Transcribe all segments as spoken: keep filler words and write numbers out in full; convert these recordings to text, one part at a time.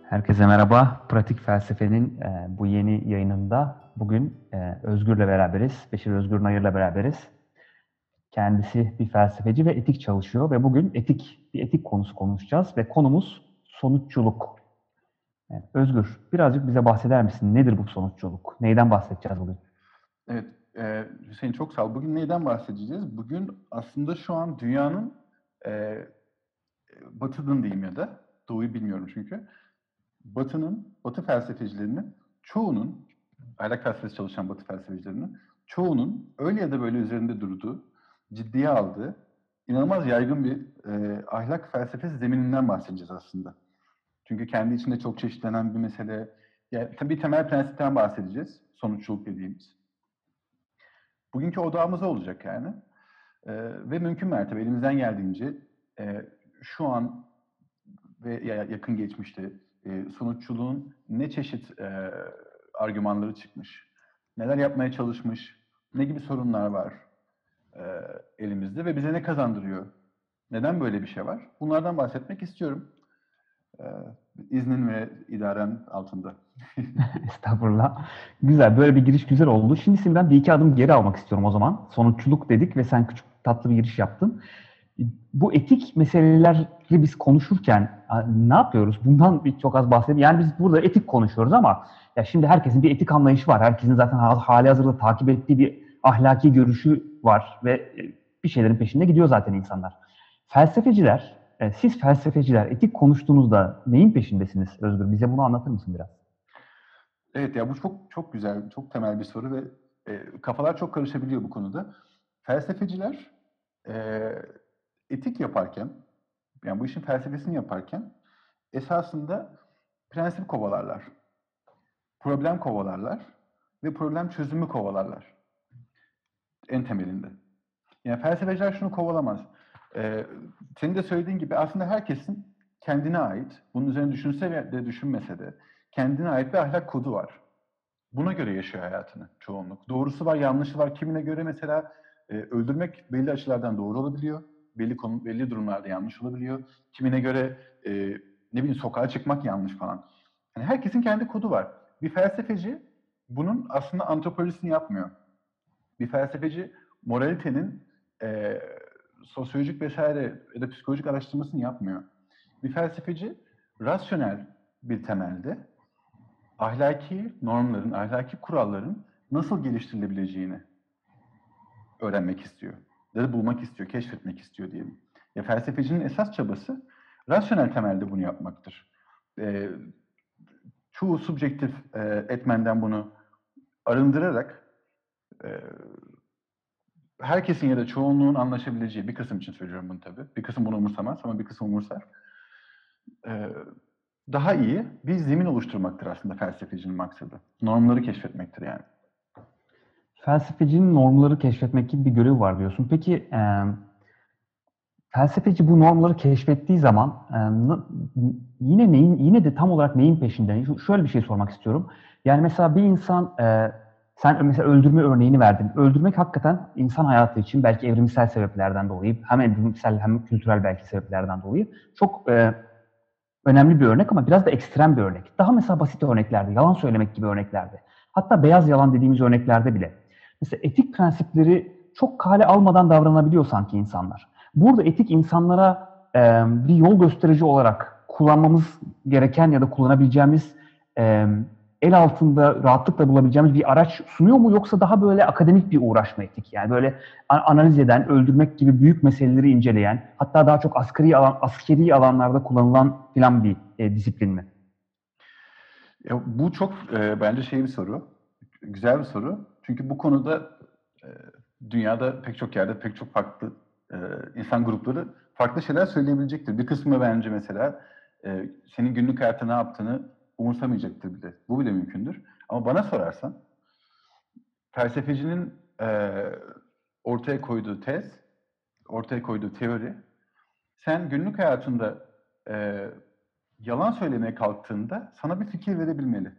Herkese merhaba. Pratik Felsefe'nin e, bu yeni yayınında bugün e, Özgür'le beraberiz. Beşir Özgür Nayır'la beraberiz. Kendisi bir felsefeci ve etik çalışıyor ve bugün etik bir etik konusu konuşacağız ve konumuz sonuççuluk. Evet, Özgür, birazcık bize bahseder misin? Nedir bu sonuççuluk? Neyden bahsedeceğiz bugün? Evet, e, Hüseyin çok sağ ol. Bugün neyden bahsedeceğiz? Bugün aslında şu an dünyanın e, Batı'nın diyeyim ya da Doğu'yu bilmiyorum çünkü. Batı'nın, Batı felsefecilerinin çoğunun, ahlak felsefesi çalışan Batı felsefecilerinin çoğunun öyle ya da böyle üzerinde durduğu, ciddiye aldığı, inanılmaz yaygın bir e, ahlak felsefesi zemininden bahsedeceğiz aslında. Çünkü kendi içinde çok çeşitlenen bir mesele, yani tabii temel prensipten bahsedeceğiz, sonuççuluk dediğimiz. Bugünkü odağımız olacak yani. Ee, ve mümkün mertebe elimizden geldiğince e, şu an ve yakın geçmişte e, sonuççuluğun ne çeşit e, argümanları çıkmış, neler yapmaya çalışmış, ne gibi sorunlar var e, elimizde ve bize ne kazandırıyor, neden böyle bir şey var? Bunlardan bahsetmek istiyorum. E, iznin ve idaren altında. Estağfurullah. Güzel, böyle bir giriş güzel oldu. Şimdi seni ben bir iki adım geri almak istiyorum o zaman. Sonuççuluk dedik ve sen küçük tatlı bir giriş yaptın. Bu etik meseleleri biz konuşurken ne yapıyoruz? Bundan bir çok az bahsedelim. Yani biz burada etik konuşuyoruz ama ya şimdi herkesin bir etik anlayışı var. Herkesin zaten hali hazırda takip ettiği bir ahlaki görüşü var ve bir şeylerin peşinde gidiyor zaten insanlar. Felsefeciler, siz felsefeciler etik konuştuğunuzda neyin peşindesiniz Özgür? Bize bunu anlatır mısın biraz? Evet ya bu çok çok güzel, çok temel bir soru ve e, kafalar çok karışabiliyor bu konuda. Felsefeciler e, etik yaparken, yani bu işin felsefesini yaparken esasında prensip kovalarlar, problem kovalarlar ve problem çözümü kovalarlar en temelinde. Yani felsefeciler şunu kovalamaz. Ee, senin de söylediğin gibi aslında herkesin kendine ait, bunun üzerine düşünse de düşünmese de kendine ait bir ahlak kodu var. Buna göre yaşıyor hayatını çoğunluk. Doğrusu var, yanlışı var. Kimine göre mesela e, öldürmek belli açılardan doğru olabiliyor. Belli konu, belli durumlarda yanlış olabiliyor. Kimine göre e, ne bileyim sokağa çıkmak yanlış falan. Yani herkesin kendi kodu var. Bir felsefeci bunun aslında antropolojisini yapmıyor. Bir felsefeci moralitenin e, sosyolojik vesaire ya da psikolojik araştırmasını yapmıyor. Bir felsefeci rasyonel bir temelde ahlaki normların, ahlaki kuralların nasıl geliştirilebileceğini öğrenmek istiyor. Ya da bulmak istiyor, keşfetmek istiyor diyelim. Ya felsefecinin esas çabası rasyonel temelde bunu yapmaktır. E, çoğu subjektif e, etmenden bunu arındırarak e, herkesin ya da çoğunluğun anlaşabileceği, bir kısım için söylüyorum bunu tabii. Bir kısım bunu umursamaz ama bir kısım umursar. E, daha iyi bir zemin oluşturmaktır aslında felsefecinin maksadı. Normları keşfetmektir yani. Felsefecinin normları keşfetmek gibi bir görevi var diyorsun. Peki e, felsefeci bu normları keşfettiği zaman e, yine neyin yine de tam olarak neyin peşinde? Şöyle bir şey sormak istiyorum. Yani mesela bir insan e, sen mesela öldürme örneğini verdin. Öldürmek hakikaten insan hayatı için belki evrimsel sebeplerden dolayı hem evrimsel hem kültürel belki sebeplerden dolayı çok e, önemli bir örnek ama biraz da ekstrem bir örnek. Daha mesela basit örneklerde, yalan söylemek gibi örneklerde. Hatta beyaz yalan dediğimiz örneklerde bile. Mesela etik prensipleri çok kale almadan davranabiliyor sanki insanlar. Burada etik insanlara e, bir yol gösterici olarak kullanmamız gereken ya da kullanabileceğimiz e, el altında rahatlıkla bulabileceğimiz bir araç sunuyor mu yoksa daha böyle akademik bir uğraş mı etik? Yani böyle analiz eden, öldürmek gibi büyük meseleleri inceleyen, hatta daha çok askeri alan, askeri alanlarda kullanılan filan bir e, disiplin mi? Ya bu çok e, bence şey bir soru. Güzel bir soru. Çünkü bu konuda e, dünyada pek çok yerde pek çok farklı e, insan grupları farklı şeyler söyleyebilecektir. Bir kısmı bence mesela e, senin günlük hayatta ne yaptığını umursamayacaktır bile. Bu bile mümkündür. Ama bana sorarsan felsefecinin e, ortaya koyduğu tez, ortaya koyduğu teori, sen günlük hayatında e, yalan söylemeye kalktığında sana bir fikir verebilmeli.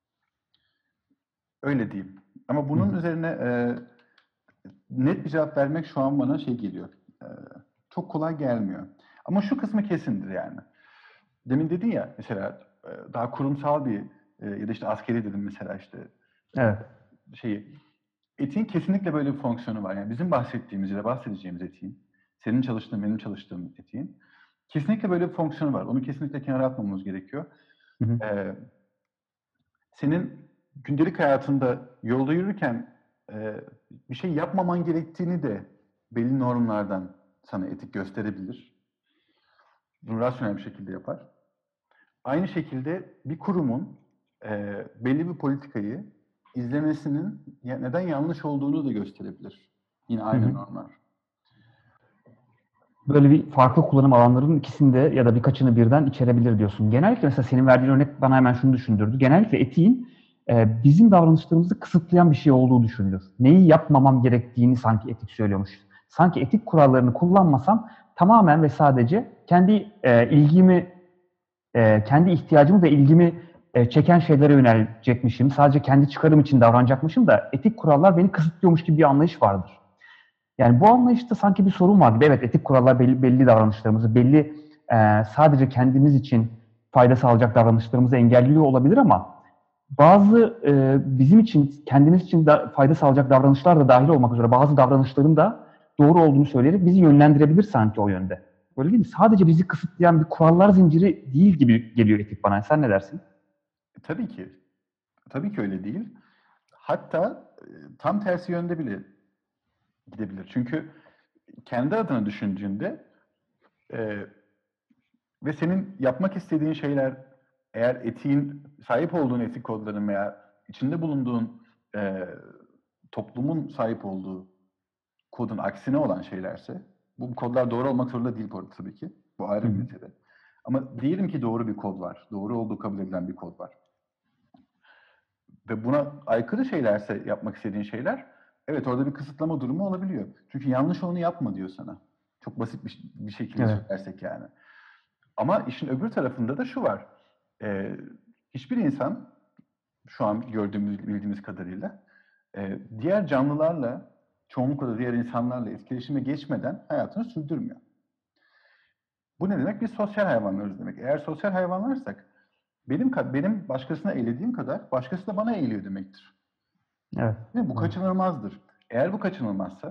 Öyle diyeyim. Ama Hı bunun hı. üzerine e, net bir cevap vermek şu an bana şey geliyor. E, çok kolay gelmiyor. Ama şu kısmı kesindir yani. Demin dedin ya mesela daha kurumsal bir e, ya da işte askeri dedim mesela işte Evet. şeyi. Etiğin kesinlikle böyle bir fonksiyonu var. Yani bizim bahsettiğimiz ya da bahsedeceğimiz etiğin, senin çalıştığın, benim çalıştığım etiğin kesinlikle böyle bir fonksiyonu var. Onu kesinlikle kenara atmamamız gerekiyor. Hı hı. Ee, senin gündelik hayatında yolda yürürken e, bir şey yapmaman gerektiğini de belli normlardan sana etik gösterebilir. Bunu rasyonel bir şekilde yapar. Aynı şekilde bir kurumun e, belli bir politikayı izlemesinin neden yanlış olduğunu da gösterebilir. Yine Hı aynı hı. normlar. Böyle bir farklı kullanım alanlarının ikisini de ya da birkaçını birden içerebilir diyorsun. Genellikle mesela senin verdiğin örnek bana hemen şunu düşündürdü. Genellikle etiğin e, bizim davranışlarımızı kısıtlayan bir şey olduğu düşünülür. Neyi yapmamam gerektiğini sanki etik söylüyormuş. Sanki etik kurallarını kullanmasam tamamen ve sadece kendi e, ilgimi, e, kendi ihtiyacımı ve ilgimi e, çeken şeylere yönelecekmişim. Sadece kendi çıkarım için davranacakmışım da etik kurallar beni kısıtlıyormuş gibi bir anlayış vardır. Yani bu anlayışta sanki bir sorun var gibi. Evet, etik kurallar belli, belli davranışlarımızı, belli e, sadece kendimiz için fayda sağlayacak davranışlarımızı engelliyor olabilir ama bazı e, bizim için, kendimiz için da fayda sağlayacak davranışlar da dahil olmak üzere bazı davranışların da doğru olduğunu söyleyerek bizi yönlendirebilir sanki o yönde. Öyle değil mi? Sadece bizi kısıtlayan bir kurallar zinciri değil gibi geliyor etik bana. Sen ne dersin? E, tabii ki. Tabii ki öyle değil. Hatta e, tam tersi yönde bile gidebilir. Çünkü kendi adına düşündüğünde e, ve senin yapmak istediğin şeyler eğer etiğin, sahip olduğun etik kodların veya içinde bulunduğun e, toplumun sahip olduğu kodun aksine olan şeylerse, bu kodlar doğru olmak zorunda değil bu arada tabii ki. Bu ayrı Hı bir hı. mesele. Ama diyelim ki doğru bir kod var. Doğru olduğu kabul edilen bir kod var. Ve buna aykırı şeylerse yapmak istediğin şeyler, evet orada bir kısıtlama durumu olabiliyor. Çünkü yanlış olanı yapma diyor sana. Çok basit bir, bir şekilde Evet. söylersek yani. Ama işin öbür tarafında da şu var. Ee, hiçbir insan şu an gördüğümüz, bildiğimiz kadarıyla e, diğer canlılarla, çoğunlukla da diğer insanlarla etkileşime geçmeden hayatını sürdürmüyor. Bu ne demek? Biz sosyal hayvanlarız demek. Eğer sosyal hayvanlarsak benim benim başkasına eğlediğim kadar başkası da bana eğiliyor demektir. Evet. Ve bu Evet. kaçınılmazdır. Eğer bu kaçınılmazsa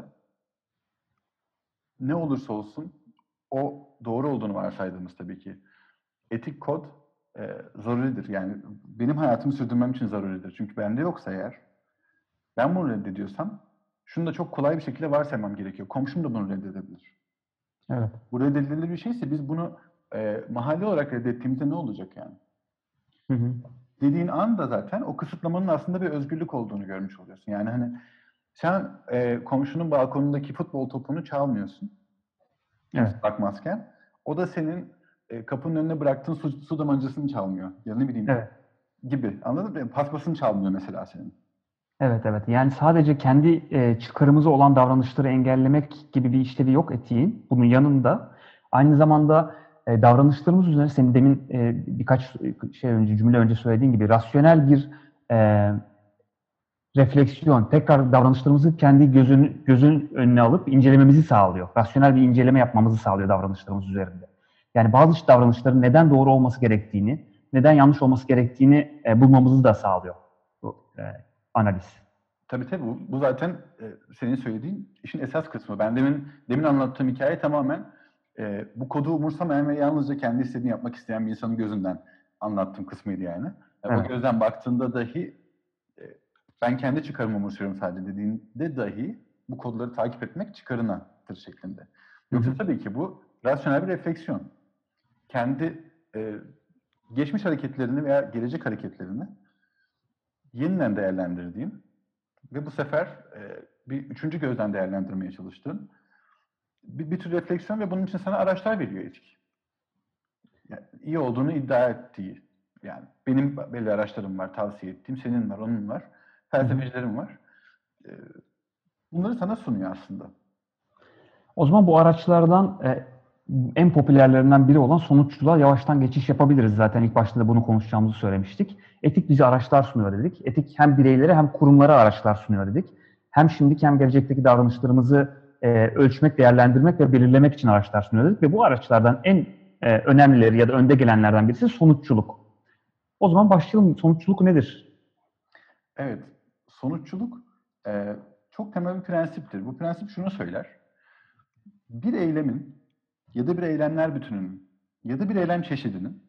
ne olursa olsun o doğru olduğunu varsaydığımız tabii ki etik kod e, zaruridir. Yani benim hayatımı sürdürmem için zaruridir. Çünkü bende yoksa eğer ben bunu reddediyorsam şunu da çok kolay bir şekilde varsaymam gerekiyor. Komşum da bunu reddedebilir. Evet. Bu reddedilir bir şeyse biz bunu e, mahalle olarak reddettiğimizde ne olacak yani? Hı hı. Dediğin anda zaten o kısıtlamanın aslında bir özgürlük olduğunu görmüş oluyorsun. Yani hani sen e, komşunun balkonundaki futbol topunu çalmıyorsun. Evet. Kimse bakmazken. O da senin e, kapının önüne bıraktığın su, su damacasını çalmıyor. Ya ne bileyim Evet. gibi. Anladın mı? Paspasını çalmıyor mesela senin. Evet, evet. Yani sadece kendi e, çıkarımıza olan davranışları engellemek gibi bir işlevi yok etiğin. Bunun yanında aynı zamanda e, davranışlarımız üzerine senin demin e, birkaç şey önce cümle önce söylediğin gibi rasyonel bir e, refleksiyon, tekrar davranışlarımızı kendi gözün gözün önüne alıp incelememizi sağlıyor. Rasyonel bir inceleme yapmamızı sağlıyor davranışlarımız üzerinde. Yani bazı davranışların neden doğru olması gerektiğini, neden yanlış olması gerektiğini e, bulmamızı da sağlıyor bu e, analiz. Tabii tabii bu, bu zaten e, senin söylediğin işin esas kısmı. Ben demin demin anlattığım hikaye tamamen e, bu kodu umursamayan ve yalnızca kendi istediğini yapmak isteyen bir insanın gözünden anlattığım kısmıydı yani. E, o Evet. gözden baktığında dahi e, ben kendi çıkarımı umursuyorum sadece dediğinde dahi bu kodları takip etmek çıkarınadır şeklinde. Hı Yoksa hı. tabii ki bu rasyonel bir refleksiyon. Kendi e, geçmiş hareketlerini veya gelecek hareketlerini yeniden değerlendirdiğin ve bu sefer e, bir üçüncü gözden değerlendirmeye çalıştığın bir, bir tür refleksiyon ve bunun için sana araçlar veriyor etik. Yani iyi olduğunu iddia ettiği, yani benim belli araçlarım var, tavsiye ettiğim, senin var, onun var, Hı hı. felsefecilerim var. E, bunları sana sunuyor aslında. O zaman bu araçlardan e, en popülerlerinden biri olan sonuççuluğa yavaştan geçiş yapabiliriz. Zaten ilk başta da bunu konuşacağımızı söylemiştik. Etik bize araçlar sunuyor dedik. Etik hem bireylere hem kurumlara araçlar sunuyor dedik. Hem şimdiki hem gelecekteki davranışlarımızı e, ölçmek, değerlendirmek ve belirlemek için araçlar sunuyor dedik. Ve bu araçlardan en e, önemlileri ya da önde gelenlerden birisi sonuççuluk. O zaman başlayalım. Sonuçluluk nedir? Evet, sonuççuluk e, çok temel bir prensiptir. Bu prensip şunu söyler. Bir eylemin ya da bir eylemler bütününün ya da bir eylem çeşidinin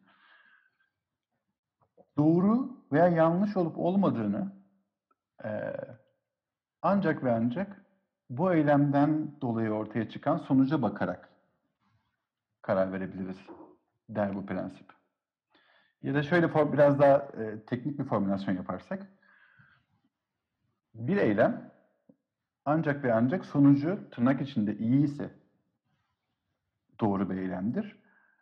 doğru veya yanlış olup olmadığını e, ancak ve ancak bu eylemden dolayı ortaya çıkan sonuca bakarak karar verebiliriz der bu prensip. Ya da şöyle for, biraz daha e, teknik bir formülasyon yaparsak, bir eylem ancak ve ancak sonucu tırnak içinde iyi ise doğru bir eylemdir.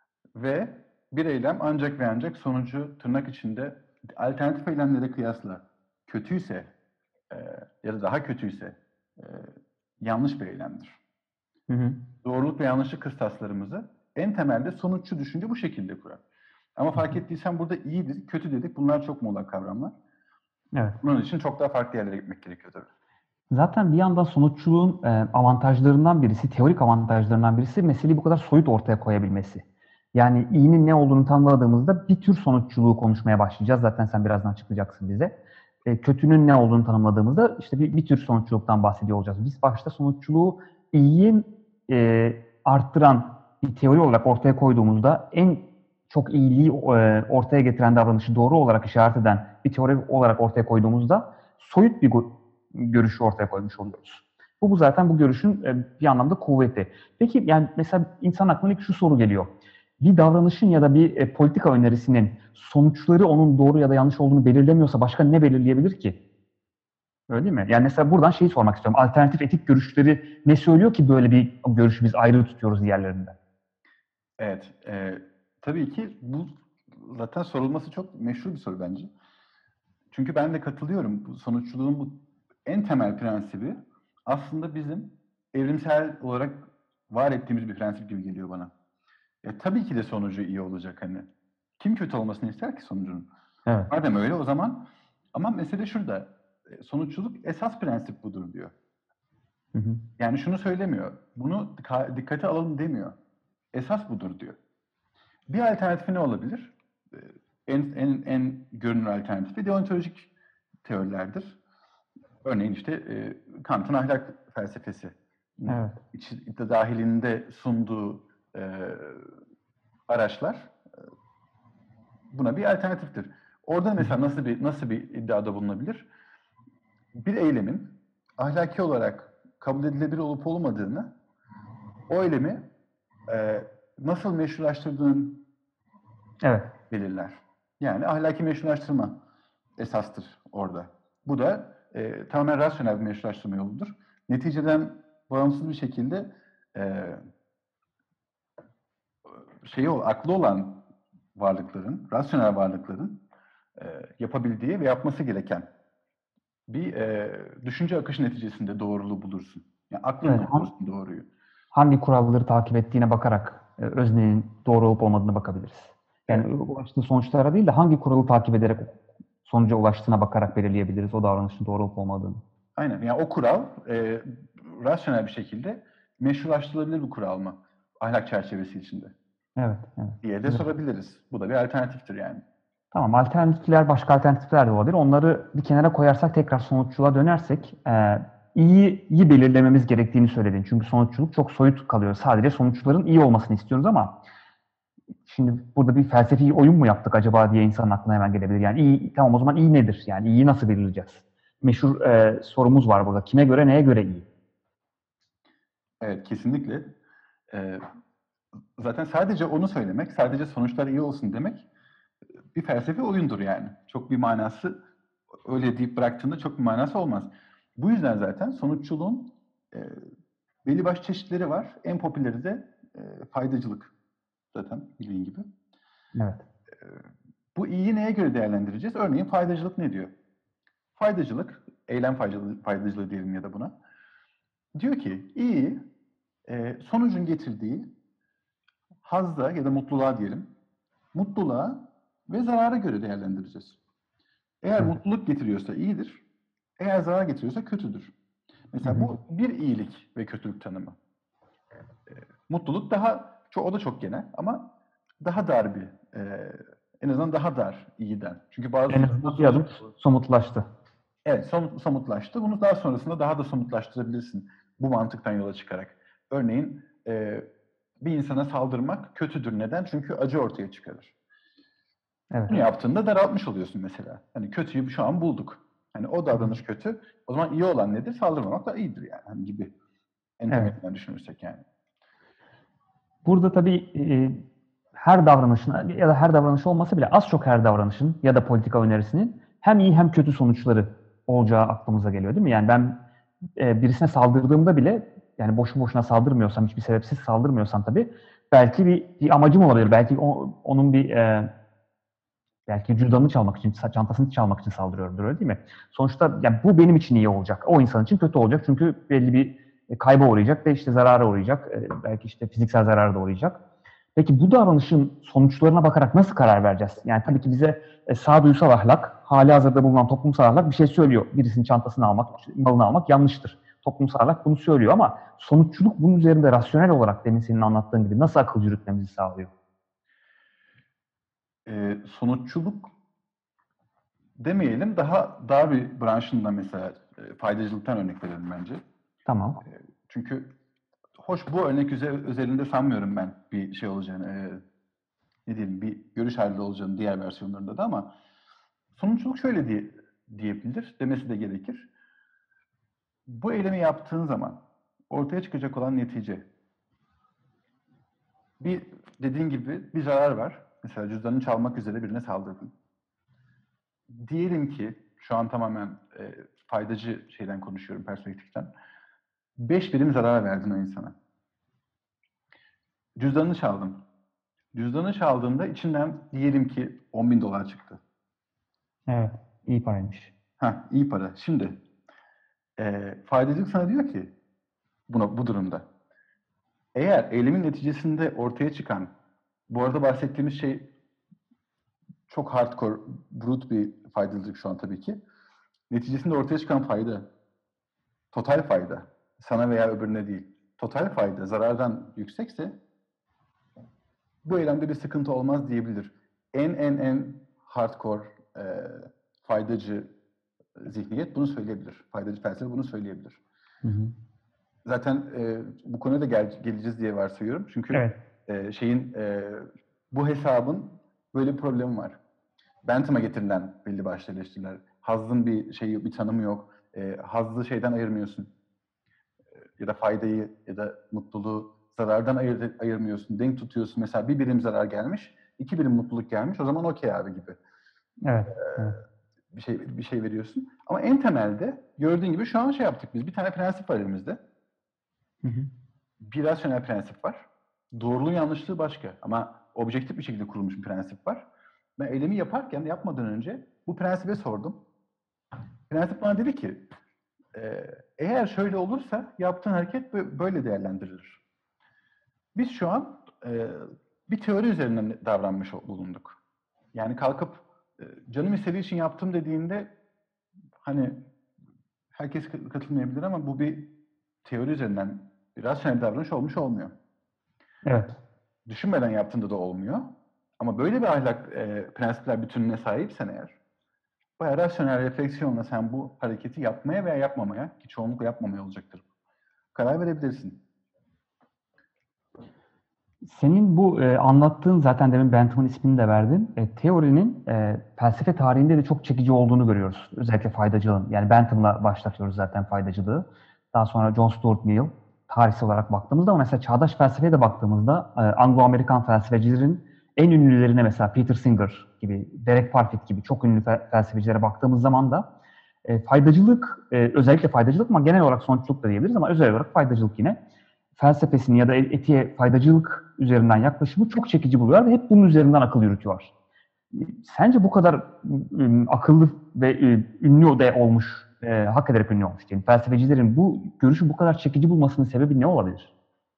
Ve bir eylem ancak ve ancak sonucu tırnak içinde alternatif eylemlere kıyasla kötüyse e, ya da daha kötüyse e, yanlış bir eylemdir. Hı hı. Doğruluk ve yanlışlık kıstaslarımızı en temelde sonuççu düşünce bu şekilde kurar. Ama fark ettiysen burada iyi dedik, kötü dedik. Bunlar çok muğlak kavramlar. Evet. Bunun için çok daha farklı yerlere gitmek gerekiyor tabii. Zaten bir yandan sonuççuluğun e, avantajlarından birisi, teorik avantajlarından birisi meseleyi bu kadar soyut ortaya koyabilmesi. Yani iyinin ne olduğunu tanımladığımızda bir tür sonuççuluğu konuşmaya başlayacağız. Zaten sen birazdan açıklayacaksın bize. E, kötünün ne olduğunu tanımladığımızda işte bir, bir tür sonuççuluktan bahsediyor olacağız. Biz başta sonuççuluğu iyiyi e, arttıran bir teori olarak ortaya koyduğumuzda en çok iyiliği e, ortaya getiren davranışı doğru olarak işaret eden bir teori olarak ortaya koyduğumuzda soyut bir görüşü ortaya koymuş oluyoruz. Bu, bu zaten bu görüşün bir anlamda kuvveti. Peki yani mesela insan aklına ilk şu soru geliyor. Bir davranışın ya da bir e, politika önerisinin sonuçları onun doğru ya da yanlış olduğunu belirlemiyorsa başka ne belirleyebilir ki? Öyle değil mi? Yani mesela buradan şeyi sormak istiyorum. Alternatif etik görüşleri ne söylüyor ki böyle bir görüşü biz ayrı tutuyoruz diğerlerinden? Evet, e, tabii ki bu zaten sorulması çok meşhur bir soru bence. Çünkü ben de katılıyorum. Bu sonuççuluğun bu en temel prensibi aslında bizim evrimsel olarak var ettiğimiz bir prensip gibi geliyor bana. E, tabii ki de sonucu iyi olacak hani. Kim kötü olmasını ister ki sonucunun? Evet. Madem öyle o zaman, ama mesele şurada. E, sonuççuluk esas prensip budur diyor. Hı hı. Yani şunu söylemiyor. Bunu dikkate alalım demiyor. Esas budur diyor. Bir alternatifi ne olabilir? E, En, en, en görünür alternatifi deontolojik teorilerdir. Örneğin işte e, Kant'ın ahlak felsefesi Evet. içi dahilinde sunduğu e, araçlar e, buna bir alternatiftir. Orada mesela nasıl bir nasıl bir iddiada bulunabilir? Bir eylemin ahlaki olarak kabul edilebilir olup olmadığını, o eylemi e, nasıl meşrulaştırdığın Evet. belirler. Yani ahlaki meşrulaştırma esastır orada. Bu da e, tamamen rasyonel bir meşrulaştırma yoludur. Neticeden bağımsız bir şekilde e, şeyi aklı olan varlıkların, rasyonel varlıkların e, yapabildiği ve yapması gereken bir e, düşünce akışı neticesinde doğruluğu bulursun. Yani Evet. aklınla Han- bulursun doğruyu. hangi kuralları takip ettiğine bakarak e, öznenin doğru olup olmadığına bakabiliriz. Evet, Yani ulaştığı sonuçlara değil de hangi kuralı takip ederek sonuca ulaştığına bakarak belirleyebiliriz o davranışın doğru olup olmadığını. aynen. Yani o kural e, rasyonel bir şekilde meşrulaştırılabilir bir kural mı? Ahlak çerçevesi içinde Evet, evet. diye de Güzel. sorabiliriz. Bu da bir alternatiftir yani. Tamam, alternatifler, başka alternatifler de olabilir. Onları bir kenara koyarsak tekrar sonuççuluğa dönersek e, iyiyi belirlememiz gerektiğini söyledin. Çünkü sonuççuluk çok soyut kalıyor. Sadece sonuçların iyi olmasını istiyoruz ama şimdi burada bir felsefi oyun mu yaptık acaba diye insanın aklına hemen gelebilir. Yani iyi, tamam o zaman iyi nedir? Yani iyiyi nasıl belirleyeceğiz? Meşhur e, sorumuz var burada. Kime göre, neye göre iyi? Evet, kesinlikle. E, zaten sadece onu söylemek, sadece sonuçlar iyi olsun demek bir felsefi oyundur yani. Çok bir manası, öyle deyip bıraktığında çok bir manası olmaz. Bu yüzden zaten sonuççuluğun e, belli başlı çeşitleri var. En popüleri de e, faydacılık zaten bildiğin gibi. Evet. E, bu iyiyi neye göre değerlendireceğiz? Örneğin faydacılık ne diyor? Faydacılık, eylem faydacılığı, faydacılığı diyelim ya da buna. Diyor ki iyi e, sonucun getirdiği hazza ya da mutluluğa diyelim. Mutluluğa ve zarara göre değerlendireceğiz. Eğer Evet. mutluluk getiriyorsa iyidir. Eğer zarar getiriyorsa kötüdür. Hı Mesela hı. bu bir iyilik ve kötülük tanımı. Mutluluk daha, o da çok genel ama daha dar bir e, En azından daha dar iyiden. Çünkü bazı En azından bir adım somutlaştı. Evet, somut, somutlaştı. Bunu daha sonrasında daha da somutlaştırabilirsin bu mantıktan yola çıkarak. Örneğin e, bir insana saldırmak kötüdür. Neden? Çünkü acı ortaya çıkarır. Evet. Bunu yaptığında daraltmış oluyorsun mesela. Hani kötüyü şu an bulduk. Hani o davranış kötü. O zaman iyi olan nedir? Saldırmamak da iyidir yani hani gibi. En Evet. temelinden düşünürsek yani. Burada tabii e, her davranışın ya da her davranış olmasa bile az çok her davranışın ya da politika önerisinin hem iyi hem kötü sonuçları olacağı aklımıza geliyor değil mi? Yani ben e, birisine saldırdığımda bile yani boşu boşuna saldırmıyorsam, hiçbir sebepsiz saldırmıyorsam tabii belki bir, bir amacım olabilir. Belki o, onun bir e, belki cüzdanını çalmak için, çantasını çalmak için saldırıyorumdur, öyle değil mi? Sonuçta yani bu benim için iyi olacak. O insan için kötü olacak çünkü belli bir kayba uğrayacak ve işte zarara uğrayacak. Belki işte fiziksel zarara da uğrayacak. Peki bu davranışın sonuçlarına bakarak nasıl karar vereceğiz? Yani tabii ki bize e, sağduyusal ahlak, hali hazırda bulunan toplumsal ahlak bir şey söylüyor. Birisinin çantasını almak, malını almak yanlıştır. Toplumsal ahlak bunu söylüyor ama sonuççuluk bunun üzerinde rasyonel olarak demin senin anlattığın gibi nasıl akıl yürütmemizi sağlıyor? Ee, sonuççuluk demeyelim, daha dar bir branşında mesela e, faydacılıktan örnek verelim bence. Tamam. E, çünkü hoş bu örnek üze- özelinde sanmıyorum ben bir şey olacağını, e, ne diyeyim, bir görüş halinde olacağını diğer versiyonlarında da, ama sonuçluluk şöyle diye, diyebilir, demesi de gerekir. Bu eylemi yaptığın zaman ortaya çıkacak olan netice, bir dediğin gibi bir zarar var. Mesela cüzdanını çalmak üzere birine saldırdın. Diyelim ki, şu an tamamen e, faydacı şeyden konuşuyorum, perspektiften. Beş birim zarar verdin o insana. Cüzdanını çaldın. Cüzdanı çaldığında içinden diyelim ki on bin dolar çıktı. Evet, iyi paraymış. Heh, iyi para. Şimdi e, faydacılık sana diyor ki buna, bu durumda, eğer eylemin neticesinde ortaya çıkan, bu arada bahsettiğimiz şey çok hardcore, brute bir faydacılık şu an tabii ki. Neticesinde ortaya çıkan fayda, total fayda, sana veya öbürüne değil, total fayda zarardan yüksekse bu eylemde bir sıkıntı olmaz diyebilir. En en en hardcore e, faydacı zihniyet bunu söyleyebilir. Faydacı felsefe bunu söyleyebilir. Hı hı. Zaten e, bu konuya da gel, geleceğiz diye varsayıyorum. Çünkü Evet. e, şeyin e, bu hesabın böyle bir problemi var. Bentham'a getirilen belli başlı eleştiriler. Hazzın bir şeyi, bir tanımı yok. E, hazzı şeyden ayırmıyorsun. E, ya da faydayı ya da mutluluğu zarardan ayır, ayırmıyorsun. Denk tutuyorsun. Mesela bir birim zarar gelmiş, iki birim mutluluk gelmiş. O zaman okey abi gibi. Evet. E, Evet. bir şey bir şey veriyorsun. Ama en temelde gördüğün gibi şu an şey yaptık biz. Bir tane prensip var elimizde. Hı hı. Bir rasyonel prensip var. Doğruluğu yanlışlığı başka. Ama objektif bir şekilde kurulmuş bir prensip var. Ben eylemi yaparken, yapmadan önce bu prensibe sordum. Prensip bana dedi ki, e, eğer şöyle olursa yaptığın hareket böyle değerlendirilir. Biz şu an e, bir teori üzerinden davranmış bulunduk. Yani kalkıp e, canım istediği için yaptım dediğinde, hani herkes katılmayabilir ama bu bir teori üzerinden bir rasyonel davranış olmuş olmuyor. Evet. Düşünmeden yaptığında da olmuyor. Ama böyle bir ahlak e, prensipler bütününe sahipsen eğer, bayağı rasyonel refleksiyonla sen bu hareketi yapmaya veya yapmamaya, ki çoğunlukla yapmamaya olacaktır, karar verebilirsin. Senin bu e, anlattığın, zaten demin Bentham'ın ismini de verdin. E, teorinin e, felsefe tarihinde de çok çekici olduğunu görüyoruz. Özellikle faydacılığın. Yani Bentham'la başlatıyoruz zaten faydacılığı. Daha sonra John Stuart Mill, tarihsel olarak baktığımızda, ama mesela çağdaş felsefeye de baktığımızda e, Anglo-Amerikan felsefecilerin en ünlülerine, mesela Peter Singer gibi, Derek Parfit gibi çok ünlü fe- felsefecilere baktığımız zaman da e, faydacılık, e, özellikle faydacılık, ama genel olarak sonuçluluk da diyebiliriz, ama özel olarak faydacılık yine felsefesini ya da etiğe, faydacılık üzerinden yaklaşımı çok çekici buluyor ve hep bunun üzerinden akıl yürütüyor. Sence bu kadar ım, akıllı ve e, ünlü de olmuş, e, hak ederek ünlü olmuş diyelim, felsefecilerin bu görüşü bu kadar çekici bulmasının sebebi ne olabilir?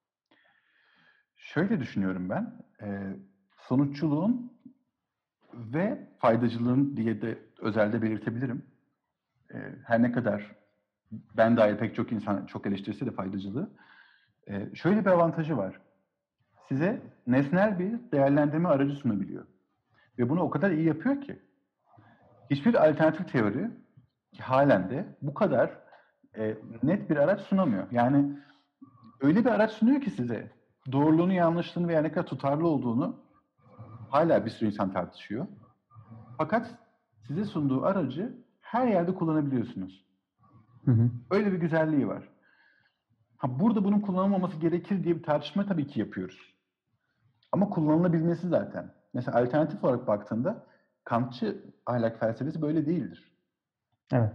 Şöyle düşünüyorum ben, e, sonuççuluğun ve faydacılığın diye de özelde belirtebilirim. E, her ne kadar ben dahil pek çok insan çok eleştirse de faydacılığı, e, şöyle bir avantajı var. Size nesnel bir değerlendirme aracı sunabiliyor. Ve bunu o kadar iyi yapıyor ki. Hiçbir alternatif teori ki halen de bu kadar e, net bir araç sunamıyor. Yani öyle bir araç sunuyor ki size doğruluğunu, yanlışlığını veya ne kadar tutarlı olduğunu hala bir sürü insan tartışıyor. Fakat size sunduğu aracı her yerde kullanabiliyorsunuz. Hı hı. Öyle bir güzelliği var. Ha, burada bunun kullanılmaması gerekir diye bir tartışma tabii ki yapıyoruz. Ama kullanılabilmesi zaten. Mesela alternatif olarak baktığında Kantçı ahlak felsefesi böyle değildir. Evet.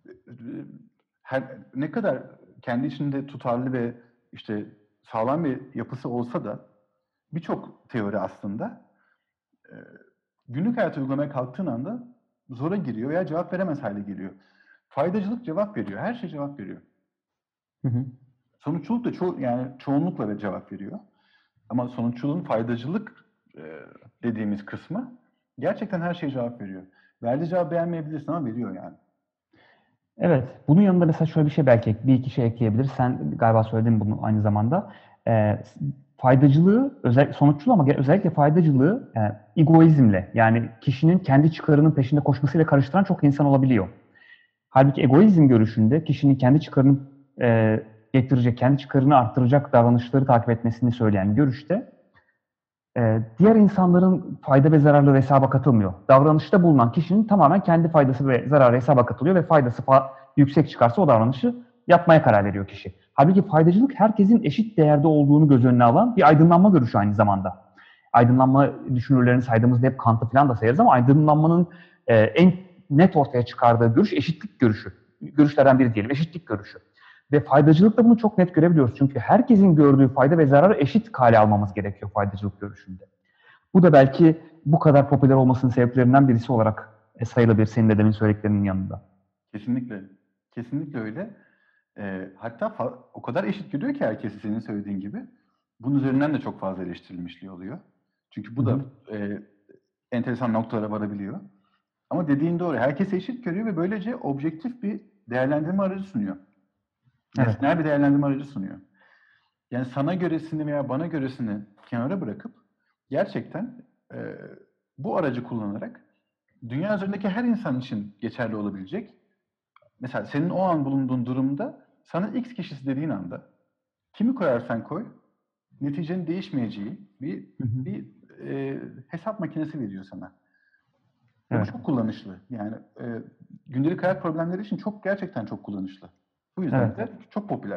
Her, ne kadar kendi içinde tutarlı ve işte sağlam bir yapısı olsa da birçok teori aslında e, günlük hayata uygulamaya kalktığın anda zora giriyor veya cevap veremez hale geliyor. Faydacılık cevap veriyor. Her şey cevap veriyor. Hı hı. Sonuççuluk da ço yani çoğunlukla ve cevap veriyor. Ama sonuççuluğun faydacılık e, dediğimiz kısmı gerçekten her şeye cevap veriyor. Verdiği cevabı beğenmeyebilirsin ama veriyor yani. Evet. Bunun yanında mesela şöyle bir şey belki bir iki şey ekleyebilir. Sen galiba söyledin bunu aynı zamanda. Ee, faydacılığı, özel, sonuççuluğu ama özellikle faydacılığı e, egoizmle yani kişinin kendi çıkarının peşinde koşmasıyla karıştıran çok insan olabiliyor. Halbuki egoizm görüşünde kişinin kendi çıkarını e, getirecek, kendi çıkarını arttıracak davranışları takip etmesini söyleyen görüşte e, diğer insanların fayda ve zararları hesaba katılmıyor. Davranışta bulunan kişinin tamamen kendi faydası ve zararı hesaba katılıyor ve faydası fa- yüksek çıkarsa o davranışı yapmaya karar veriyor kişi. Halbuki faydacılık herkesin eşit değerde olduğunu göz önüne alan bir aydınlanma görüşü aynı zamanda. Aydınlanma düşünürlerini saydığımızda hep Kant'ı falan da sayarız ama aydınlanmanın e, en net ortaya çıkardığı görüş eşitlik görüşü. Görüşlerden biri diyelim, eşitlik görüşü. Ve faydacılıkta bunu çok net görebiliyoruz. Çünkü herkesin gördüğü fayda ve zararı eşit kale almamız gerekiyor faydacılık görüşünde. Bu da belki bu kadar popüler olmasının sebeplerinden birisi olarak sayılabilir senin de demin söylediklerinin yanında. Kesinlikle. Kesinlikle öyle. E, hatta o kadar eşit görüyor ki herkesi senin söylediğin gibi. Bunun üzerinden de çok fazla eleştirilmişliği oluyor. Çünkü bu Hı da hı. e, enteresan noktalara varabiliyor. Ama dediğin doğru. Herkes eşit görüyor ve böylece objektif bir değerlendirme aracı sunuyor. Evet. Nesnel bir değerlendirme aracı sunuyor. Yani sana göresini veya bana göresini kenara bırakıp gerçekten e, bu aracı kullanarak dünya üzerindeki her insan için geçerli olabilecek, mesela senin o an bulunduğun durumda sana X kişisi dediğin anda kimi koyarsan koy neticenin değişmeyeceği bir Hı hı. bir e, hesap makinesi veriyor sana. Ve bu Evet. çok kullanışlı. Yani e, gündelik hayat problemleri için çok gerçekten çok kullanışlı. Bu yüzden Evet. de çok popüler.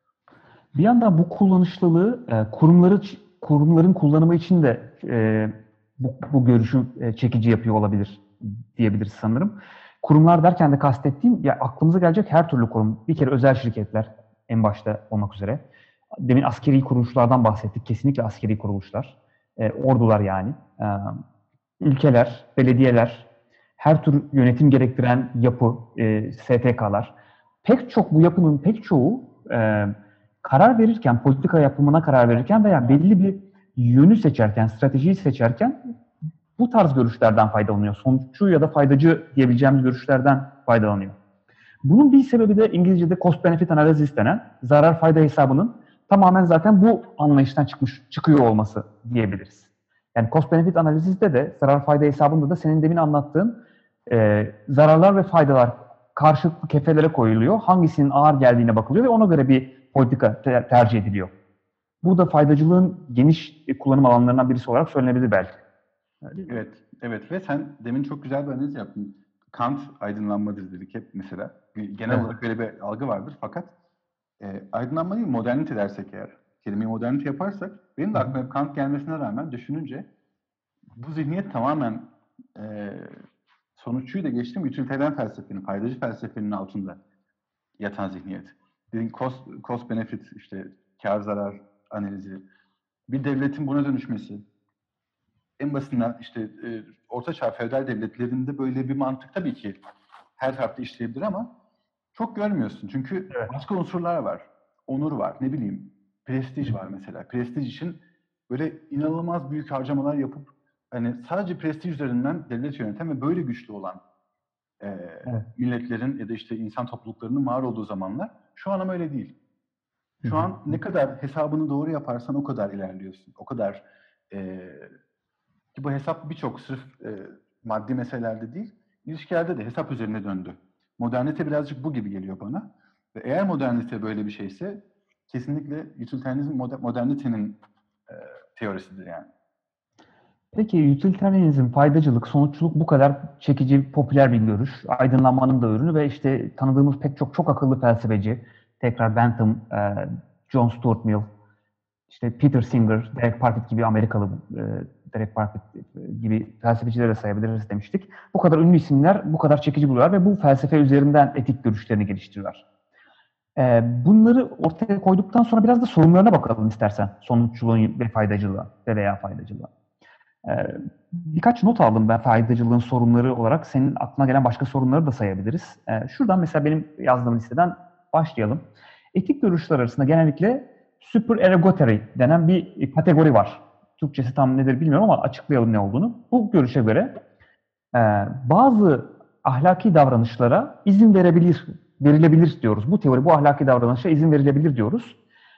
Bir yandan bu kullanışlılığı e, kurumları kurumların kullanımı için de e, bu, bu görüşü e, çekici yapıyor olabilir diyebiliriz sanırım. Kurumlar derken de kastettiğim ya aklımıza gelecek her türlü kurum. Bir kere özel şirketler en başta olmak üzere. Demin askeri kuruluşlardan bahsettik. Kesinlikle askeri kuruluşlar. E, ordular yani. E, ülkeler, belediyeler, her tür yönetim gerektiren yapı, e, S T K'lar. Pek çok bu yapının pek çoğu e, karar verirken, politika yapımına karar verirken veya belli bir yönü seçerken, stratejiyi seçerken bu tarz görüşlerden faydalanıyor. Sonuççu ya da faydacı diyebileceğimiz görüşlerden faydalanıyor. Bunun bir sebebi de İngilizce'de cost benefit analysis denen zarar fayda hesabının tamamen zaten bu anlayıştan çıkmış çıkıyor olması diyebiliriz. Yani cost benefit analizinde de zarar fayda hesabında da senin demin anlattığın e, zararlar ve faydalar karşılıklı kefelere koyuluyor. Hangisinin ağır geldiğine bakılıyor ve ona göre bir politika te- tercih ediliyor. Bu da faydacılığın geniş kullanım alanlarından birisi olarak söylenebilir belki. Evet, evet ve sen demin çok güzel bir analiz yaptın. Kant aydınlanmadır dedik hep mesela. Genel Evet. olarak böyle bir algı vardır fakat e, aydınlanma değil modernite dersek eğer, kelimeyi modernite yaparsak benim de Hı hı. aklıma hep Kant gelmesine rağmen düşününce bu zihniyet tamamen e, sonuççuyu da geçtim utilitarian felsefenin, faydacı felsefenin altında yatan zihniyet. Dediğin cost, cost benefit işte kar zarar analizi, bir devletin buna dönüşmesi, en basitinden işte e, ortaçağ feodal devletlerinde böyle bir mantık tabii ki her tarafta işleyebilir ama çok görmüyorsun. Çünkü Evet. başka unsurlar var. Onur var, ne bileyim, Hı prestij hı. var mesela. Prestij için böyle inanılmaz büyük harcamalar yapıp hani sadece prestij üzerinden devlet yöneten ve böyle güçlü olan e, Evet. milletlerin ya da işte insan topluluklarının var olduğu zamanlar şu an ama öyle değil. Hı Şu hı. an ne kadar hesabını doğru yaparsan o kadar ilerliyorsun. O kadar e, Ki bu hesap birçok sırf e, maddi meselelerde değil, ilişkilerde de hesap üzerine döndü. Modernite birazcık bu gibi geliyor bana. Ve eğer modernite böyle bir şeyse kesinlikle utilitarianizm moder- modernitenin e, teorisidir yani. Peki utilitarianizm, faydacılık, sonuçluluk bu kadar çekici, popüler bir görüş. Aydınlanmanın da ürünü ve işte tanıdığımız pek çok çok akıllı felsefeci, tekrar Bentham, e, John Stuart Mill, işte Peter Singer, Derek Parfit gibi Amerikalı e, Derek Parfit gibi felsefecileri de sayabiliriz demiştik. Bu kadar ünlü isimler bu kadar çekici buluyorlar ve bu felsefe üzerinden etik görüşlerini geliştiriyorlar. E, bunları ortaya koyduktan sonra biraz da sorunlarına bakalım istersen. Sonuççuluğun ve faydacılığa ve veya faydacılığa. Ee, birkaç not aldım ben faydacılığın sorunları olarak. Senin aklına gelen başka sorunları da sayabiliriz. Ee, şuradan mesela benim yazdığım listeden başlayalım. Etik görüşler arasında genellikle supererogatory denen bir kategori var. Türkçesi tam nedir bilmiyorum ama açıklayalım ne olduğunu. Bu görüşe göre e, bazı ahlaki davranışlara izin verebilir, verilebilir diyoruz. Bu teori, bu ahlaki davranışa izin verilebilir diyoruz.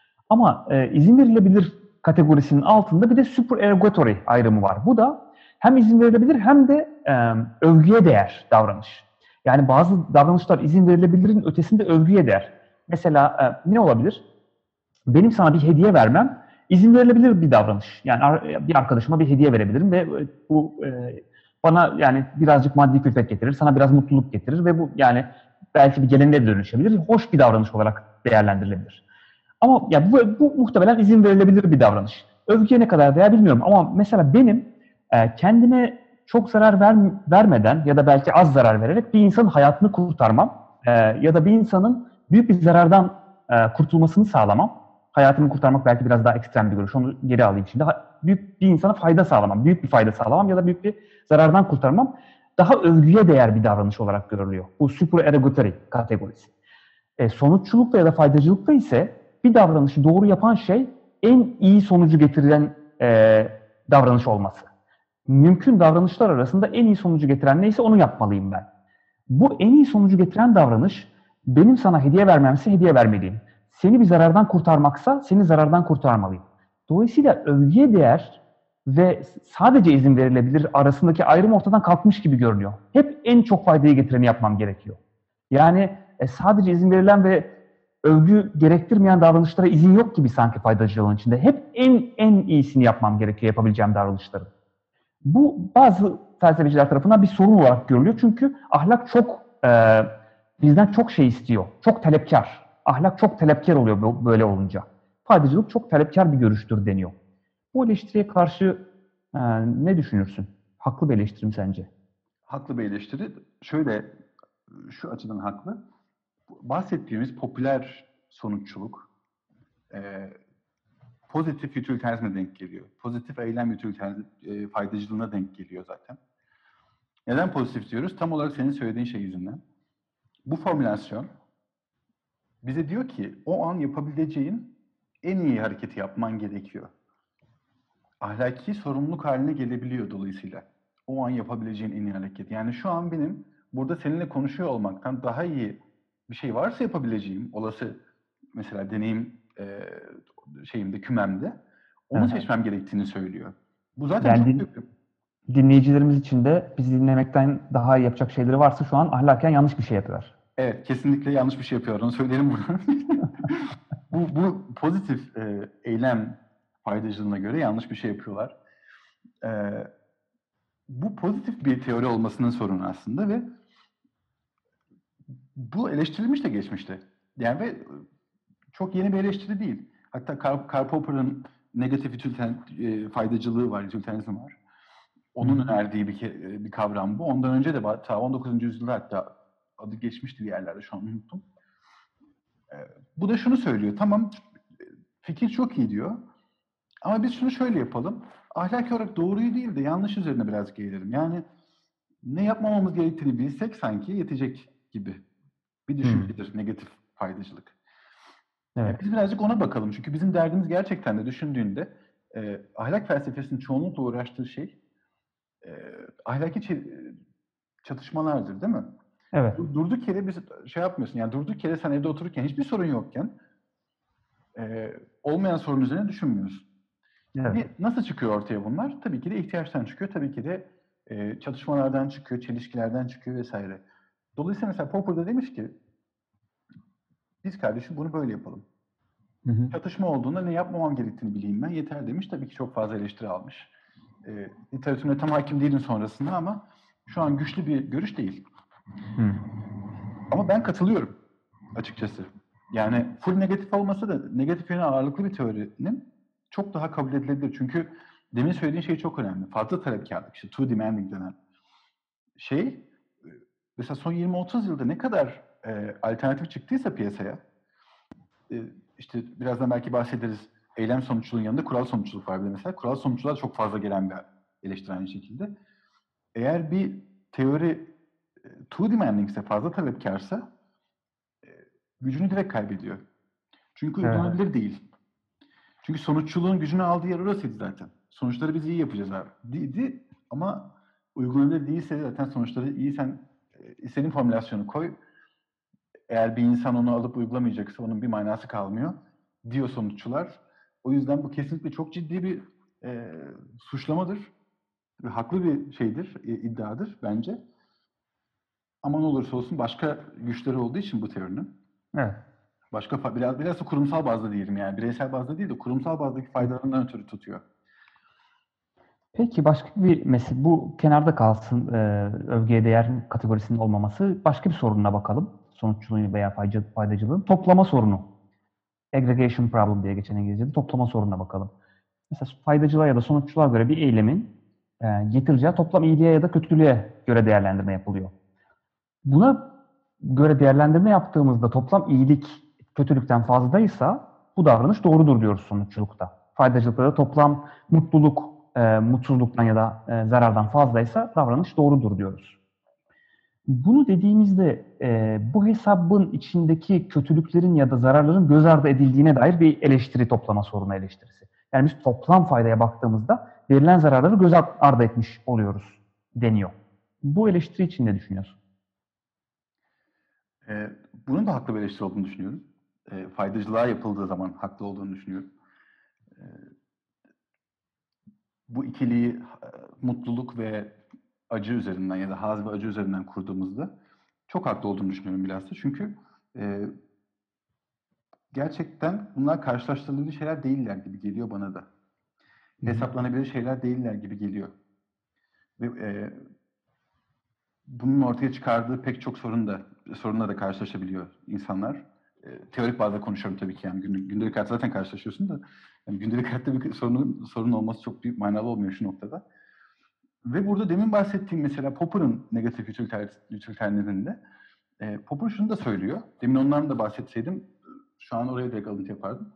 Ama e, izin verilebilir kategorisinin altında bir de supererogatory ayrımı var. Bu da hem izin verilebilir hem de e, övgüye değer davranış. Yani bazı davranışlar izin verilebilirin ötesinde övgüye değer. Mesela e, ne olabilir? Benim sana bir hediye vermem izin verilebilir bir davranış. Yani ar- bir arkadaşıma bir hediye verebilirim ve e, bu e, bana yani birazcık maddi külfet getirir, sana biraz mutluluk getirir ve bu yani belki bir geleneğe de dönüşebilir. Hoş bir davranış olarak değerlendirilebilir. Ama ya bu, bu muhtemelen izin verilebilir bir davranış. Övgüye ne kadar değer bilmiyorum ama mesela benim e, kendine çok zarar ver, vermeden ya da belki az zarar vererek bir insanın hayatını kurtarmam e, ya da bir insanın büyük bir zarardan e, kurtulmasını sağlamam. Hayatını kurtarmak belki biraz daha ekstrem bir görüş. Onu geri alayım şimdi. Büyük bir insana fayda sağlamam, büyük bir fayda sağlamam ya da büyük bir zarardan kurtarmam daha övgüye değer bir davranış olarak görülüyor. Bu supererogatory kategorisi. E, sonuççulukta ya da faydacılıkta ise bir davranışı doğru yapan şey en iyi sonucu getiren e, davranış olması. Mümkün davranışlar arasında en iyi sonucu getiren neyse onu yapmalıyım ben. Bu en iyi sonucu getiren davranış benim sana hediye vermemse hediye vermeliyim. Seni bir zarardan kurtarmaksa seni zarardan kurtarmalıyım. Dolayısıyla övgüye değer ve sadece izin verilebilir arasındaki ayrım ortadan kalkmış gibi görünüyor. Hep en çok faydayı getireni yapmam gerekiyor. Yani e, sadece izin verilen ve övgü gerektirmeyen davranışlara izin yok gibi sanki faydacılığın içinde. Hep en en iyisini yapmam gerekiyor yapabileceğim davranışların. Bu bazı felsefeciler tarafından bir sorun olarak görülüyor. Çünkü ahlak çok e, bizden çok şey istiyor. Çok talepkar. Ahlak çok talepkar oluyor böyle olunca. Faydacılık çok talepkar bir görüştür deniyor. Bu eleştiriye karşı e, ne düşünürsün? Haklı bir eleştiri mi sence? Haklı bir eleştiri. Şöyle, şu açıdan haklı. Bahsettiğimiz popüler sonuççuluk e, pozitif utilitarizme denk geliyor. Pozitif eylem utilitarizm e, faydacılığına denk geliyor zaten. Neden pozitif diyoruz? Tam olarak senin söylediğin şey yüzünden. Bu formülasyon bize diyor ki o an yapabileceğin en iyi hareketi yapman gerekiyor. Ahlaki sorumluluk haline gelebiliyor dolayısıyla. O an yapabileceğin en iyi hareket. Yani şu an benim burada seninle konuşuyor olmaktan daha iyi bir şey varsa yapabileceğim, olası mesela deneyim e, şeyimde, kümemde onu Aha. seçmem gerektiğini söylüyor. Bu zaten Yani çok din, büyük. dinleyicilerimiz için de bizi dinlemekten daha iyi yapacak şeyleri varsa şu an ahlaken yanlış bir şey yapıyorlar. Evet, kesinlikle yanlış bir şey yapıyor. Onu söyleyelim buradan. bu, bu pozitif e, eylem faydacılığına göre yanlış bir şey yapıyorlar. E, bu pozitif bir teori olmasının sorunu aslında ve bu eleştirilmiş de geçmişte. Yani ve çok yeni bir eleştiri değil. Hatta Karl, Karl Popper'ın negatif utiliten, e, faydacılığı var, utilitarianizm var. Hı Onun hı. önerdiği bir, bir kavram bu. Ondan önce de ta on dokuzuncu yüzyılda hatta adı geçmişti bir yerlerde, şu an unuttum. E, bu da şunu söylüyor. Tamam, fikir çok iyi diyor. Ama biz şunu şöyle yapalım. Ahlaki olarak doğruyu değil de yanlış üzerine biraz geğirelim. Yani ne yapmamamız gerektiğini bilsek sanki yetecek gibi bir Hı. düşüncedir negatif faydacılık. Yani Evet. biz birazcık ona bakalım. Çünkü bizim derdimiz gerçekten de düşündüğünde e, ahlak felsefesinin çoğunlukla uğraştığı şey e, ahlaki çatışmalardır, değil mi? Evet. Durduk yere biz şey yapmıyorsun. Yani durduk yere sen evde otururken hiçbir sorun yokken e, olmayan sorun üzerine düşünmüyorsun. Evet. Bir, nasıl çıkıyor ortaya bunlar? Tabii ki de ihtiyaçtan çıkıyor. Tabii ki de e, çatışmalardan çıkıyor, çelişkilerden çıkıyor vesaire. Dolayısıyla mesela Popper da demiş ki biz kardeşim bunu böyle yapalım. Hı hı. Çatışma olduğunda ne yapmamam gerektiğini bileyim ben. Yeter demiş. Tabii ki çok fazla eleştiri almış. E, literatürüne tam hakim değilim sonrasında ama şu an güçlü bir görüş değil. Hı. Ama ben katılıyorum açıkçası. Yani full negatif olmasa da negatif yöne ağırlıklı bir teorinin çok daha kabul edilebilir. Çünkü demin söylediğin şey çok önemli. Fazla talepkarlık, işte too demanding denen şey. Mesela son yirmi otuz yılda ne kadar e, alternatif çıktıysa piyasaya, e, işte birazdan belki bahsederiz. Eylem sonuçluluğun yanında kural sonuçluluk var bir de mesela. Kural sonuçluluğa çok fazla gelen bir eleştiri aynı şekilde. Eğer bir teori e, too demanding ise, fazla talepkarsa e, gücünü direkt kaybediyor. Çünkü Evet. uygulanabilir değil. Çünkü sonuççuluğun gücünü aldığı yer orasıydı zaten. Sonuçları biz iyi yapacağız abi. Değildi ama uygulanabilir değilse zaten sonuçları iyi, sen e, istediğin formülasyonu koy. Eğer bir insan onu alıp uygulamayacaksa onun bir manası kalmıyor diyor sonuççular. O yüzden bu kesinlikle çok ciddi bir e, suçlamadır. Ve haklı bir şeydir, e, iddiadır bence. Ama ne olursa olsun başka güçleri olduğu için bu teorinin. Evet. Başka biraz biraz da kurumsal bazda diyelim yani. Bireysel bazda değil de kurumsal bazdaki faydalarından ötürü tutuyor. Peki başka bir mesele, bu kenarda kalsın, e, övgüye değer kategorisinin olmaması. Başka bir sorununa bakalım. Sonuççuluğun veya fayda- faydacılığın. Toplama sorunu. Aggregation problem diye geçen İngilizce'de toplama sorununa bakalım. Mesela faydacılığa ya da sonuççuluğa göre bir eylemin e, getireceği toplam iyiliğe ya da kötülüğe göre değerlendirme yapılıyor. Buna göre değerlendirme yaptığımızda toplam iyilik kötülükten fazlaysa bu davranış doğrudur diyoruz sonuççulukta. Faydacılıkta da toplam mutluluk e, mutsuzluktan ya da e, zarardan fazlaysa davranış doğrudur diyoruz. Bunu dediğimizde e, bu hesabın içindeki kötülüklerin ya da zararların göz ardı edildiğine dair bir eleştiri, toplama sorunu eleştirisi. Yani biz toplam faydaya baktığımızda verilen zararları göz ardı etmiş oluyoruz deniyor. Bu eleştiri için ne düşünüyorsun? E, bunun da haklı bir eleştiri olduğunu düşünüyorum. E, faydacılığa yapıldığı zaman haklı olduğunu düşünüyorum. E, bu ikiliyi e, mutluluk ve acı üzerinden ya da haz ve acı üzerinden kurduğumuzda çok haklı olduğunu düşünüyorum bilhassa. Çünkü e, gerçekten bunlar karşılaştırılabilir şeyler değiller gibi geliyor bana da. Hı hı. Hesaplanabilir şeyler değiller gibi geliyor. Ve e, bunun ortaya çıkardığı pek çok sorun da sorunla da karşılaşabiliyor insanlar. E, teorik bazda konuşuyorum tabii ki, yani günlük, gündelik hayatta zaten karşılaşıyorsun da yani gündelik hayatta bir sorunun sorun olması çok büyük manalı olmuyor şu noktada. Ve burada demin bahsettiğim mesela Popper'ın negatif utilitarianizminde e, Popper şunu da söylüyor. Demin ondan da bahsetseydim şu an oraya direkt alıntı yapardım.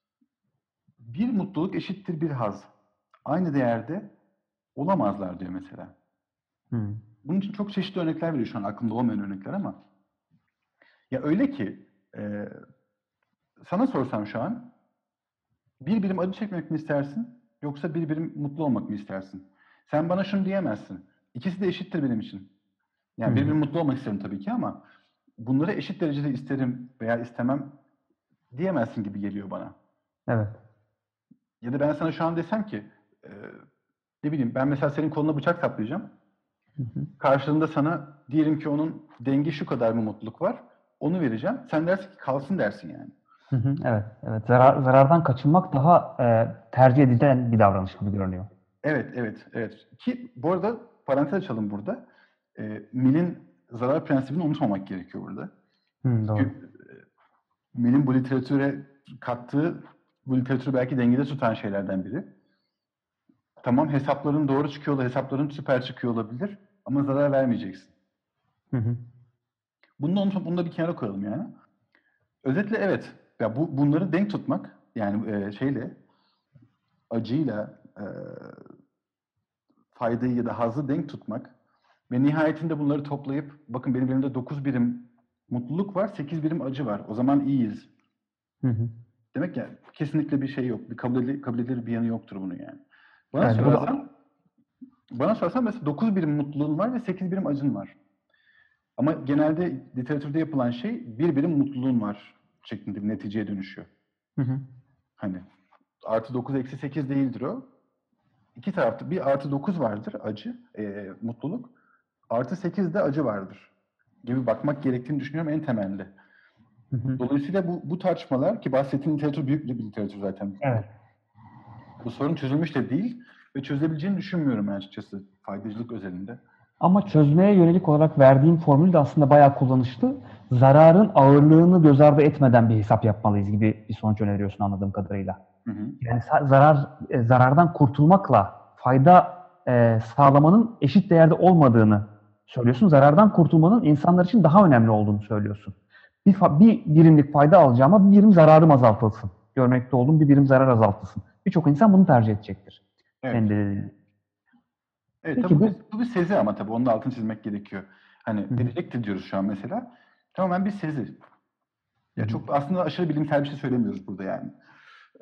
Bir mutluluk eşittir bir haz. Aynı değerde olamazlar diyor mesela. Hı. Bunun için çok çeşitli örnekler veriyor, şu an aklımda olmayan örnekler ama. Ya öyle ki e, sana sorsam şu an bir birim acı çekmek mi istersin yoksa bir birim mutlu olmak mı istersin? Sen bana şunu diyemezsin. İkisi de eşittir benim için. Hı Yani bir hı. birim mutlu olmak isterim tabii ki ama bunları eşit derecede isterim veya istemem diyemezsin gibi geliyor bana. Evet. Ya da ben sana şu an desem ki e, ne bileyim, ben mesela senin koluna bıçak saplayacağım. Hı hı. Karşılığında sana diyelim ki onun dengi şu kadar bir mutluluk var. Onu vereceğim. Sen dersin ki kalsın dersin yani. Hı hı. Evet. Evet. Zarar, zarardan kaçınmak daha e, tercih edilen bir davranış gibi görünüyor. Evet, evet, evet. Ki bu arada parantez açalım burada. E, Mill'in zarar prensibini unutmamak gerekiyor burada. Hı, doğru. Çünkü e, Mill'in bu literatüre kattığı, bu literatürü belki dengede tutan şeylerden biri. Tamam, hesapların doğru çıkıyor, hesapların süper çıkıyor olabilir ama zarar vermeyeceksin. Hı hı. Bunu da unutma, bunu da bir kenara koyalım yani. Özetle evet. Ya bu bunları denk tutmak, yani e, şeyle, acıyla e, faydayı ya da hazzı denk tutmak ve nihayetinde bunları toplayıp bakın benim elimde dokuz birim mutluluk var, sekiz birim acı var. O zaman iyiyiz. Hı hı. Demek ya kesinlikle bir şey yok. Bir kabul edilir, kabul edilir bir yanı yoktur bunun yani. Bana Evet, bu da sorarsan bana sorarsan mesela dokuz birim mutluluğun var ve sekiz birim acın var. Ama genelde literatürde yapılan şey bir birim mutluluğun var şeklinde bir neticeye dönüşüyor. hı hı. Hani artı dokuz eksi sekiz değildir o. İki tarafta bir artı dokuz vardır acı, e, mutluluk. Artı sekiz de acı vardır gibi bakmak gerektiğini düşünüyorum en temelde. Hı hı. Dolayısıyla bu, bu tartışmalar ki bahsettiğim literatür büyük bir literatür zaten. Evet. Bu sorun çözülmüş de değil ve çözebileceğini düşünmüyorum ben açıkçası faydacılık özelinde. Ama çözmeye yönelik olarak verdiğin formül de aslında bayağı kullanışlı. Zararın ağırlığını göz ardı etmeden bir hesap yapmalıyız gibi bir sonuç öneriyorsun anladığım kadarıyla. Hı hı. Yani zarar e, zarardan kurtulmakla fayda e, sağlamanın eşit değerde olmadığını söylüyorsun. Zarardan kurtulmanın insanlar için daha önemli olduğunu söylüyorsun. Bir, bir birimlik fayda alacağıma bir birim zararım azaltılsın. Görmekte olduğum bir birim zarar azaltılsın. Birçok insan bunu tercih edecektir. Evet. Senin de dediğin. Evet, Peki tabii bu, bu bir, bu bir sezi ama tabii onun da altını çizmek gerekiyor. Hani Hı hı. edecektir diyoruz şu an mesela. Tamamen bir sezi. Hı Ya hı. çok aslında aşırı bilimsel bir şey söylemiyoruz burada yani. Ee,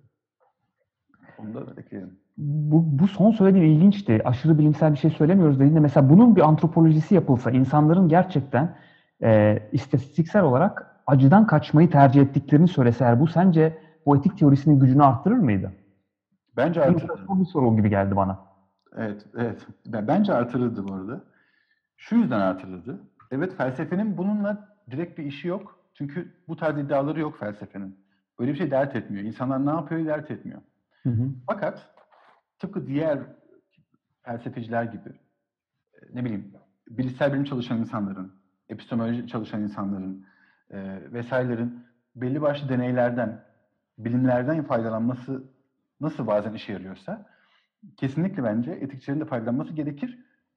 onu da ekleyelim. Bu, bu son söylediğin ilginçti. Aşırı bilimsel bir şey söylemiyoruz dediğinde mesela bunun bir antropolojisi yapılsa, insanların gerçekten e, istatistiksel olarak acıdan kaçmayı tercih ettiklerini söylese eğer bu sence bu etik teorisinin gücünü arttırır mıydı? Bence Bu mesela artırırdı. son bir soru gibi geldi bana. Evet, evet. Ben- Bence artırırdı bu arada. Şu yüzden artırırdı. Evet, felsefenin bununla direkt bir işi yok. Çünkü bu tarz iddiaları yok felsefenin. Böyle bir şey dert etmiyor. İnsanlar ne yapıyor dert etmiyor. Hı hı. Fakat tıpkı diğer felsefeciler gibi, e, ne bileyim, bilişsel bilim çalışan insanların, epistemoloji çalışan insanların e, vesairelerin belli başlı deneylerden, bilimlerden faydalanması nasıl bazen işe yarıyorsa kesinlikle bence etikçilerin de faydalanması gerekir.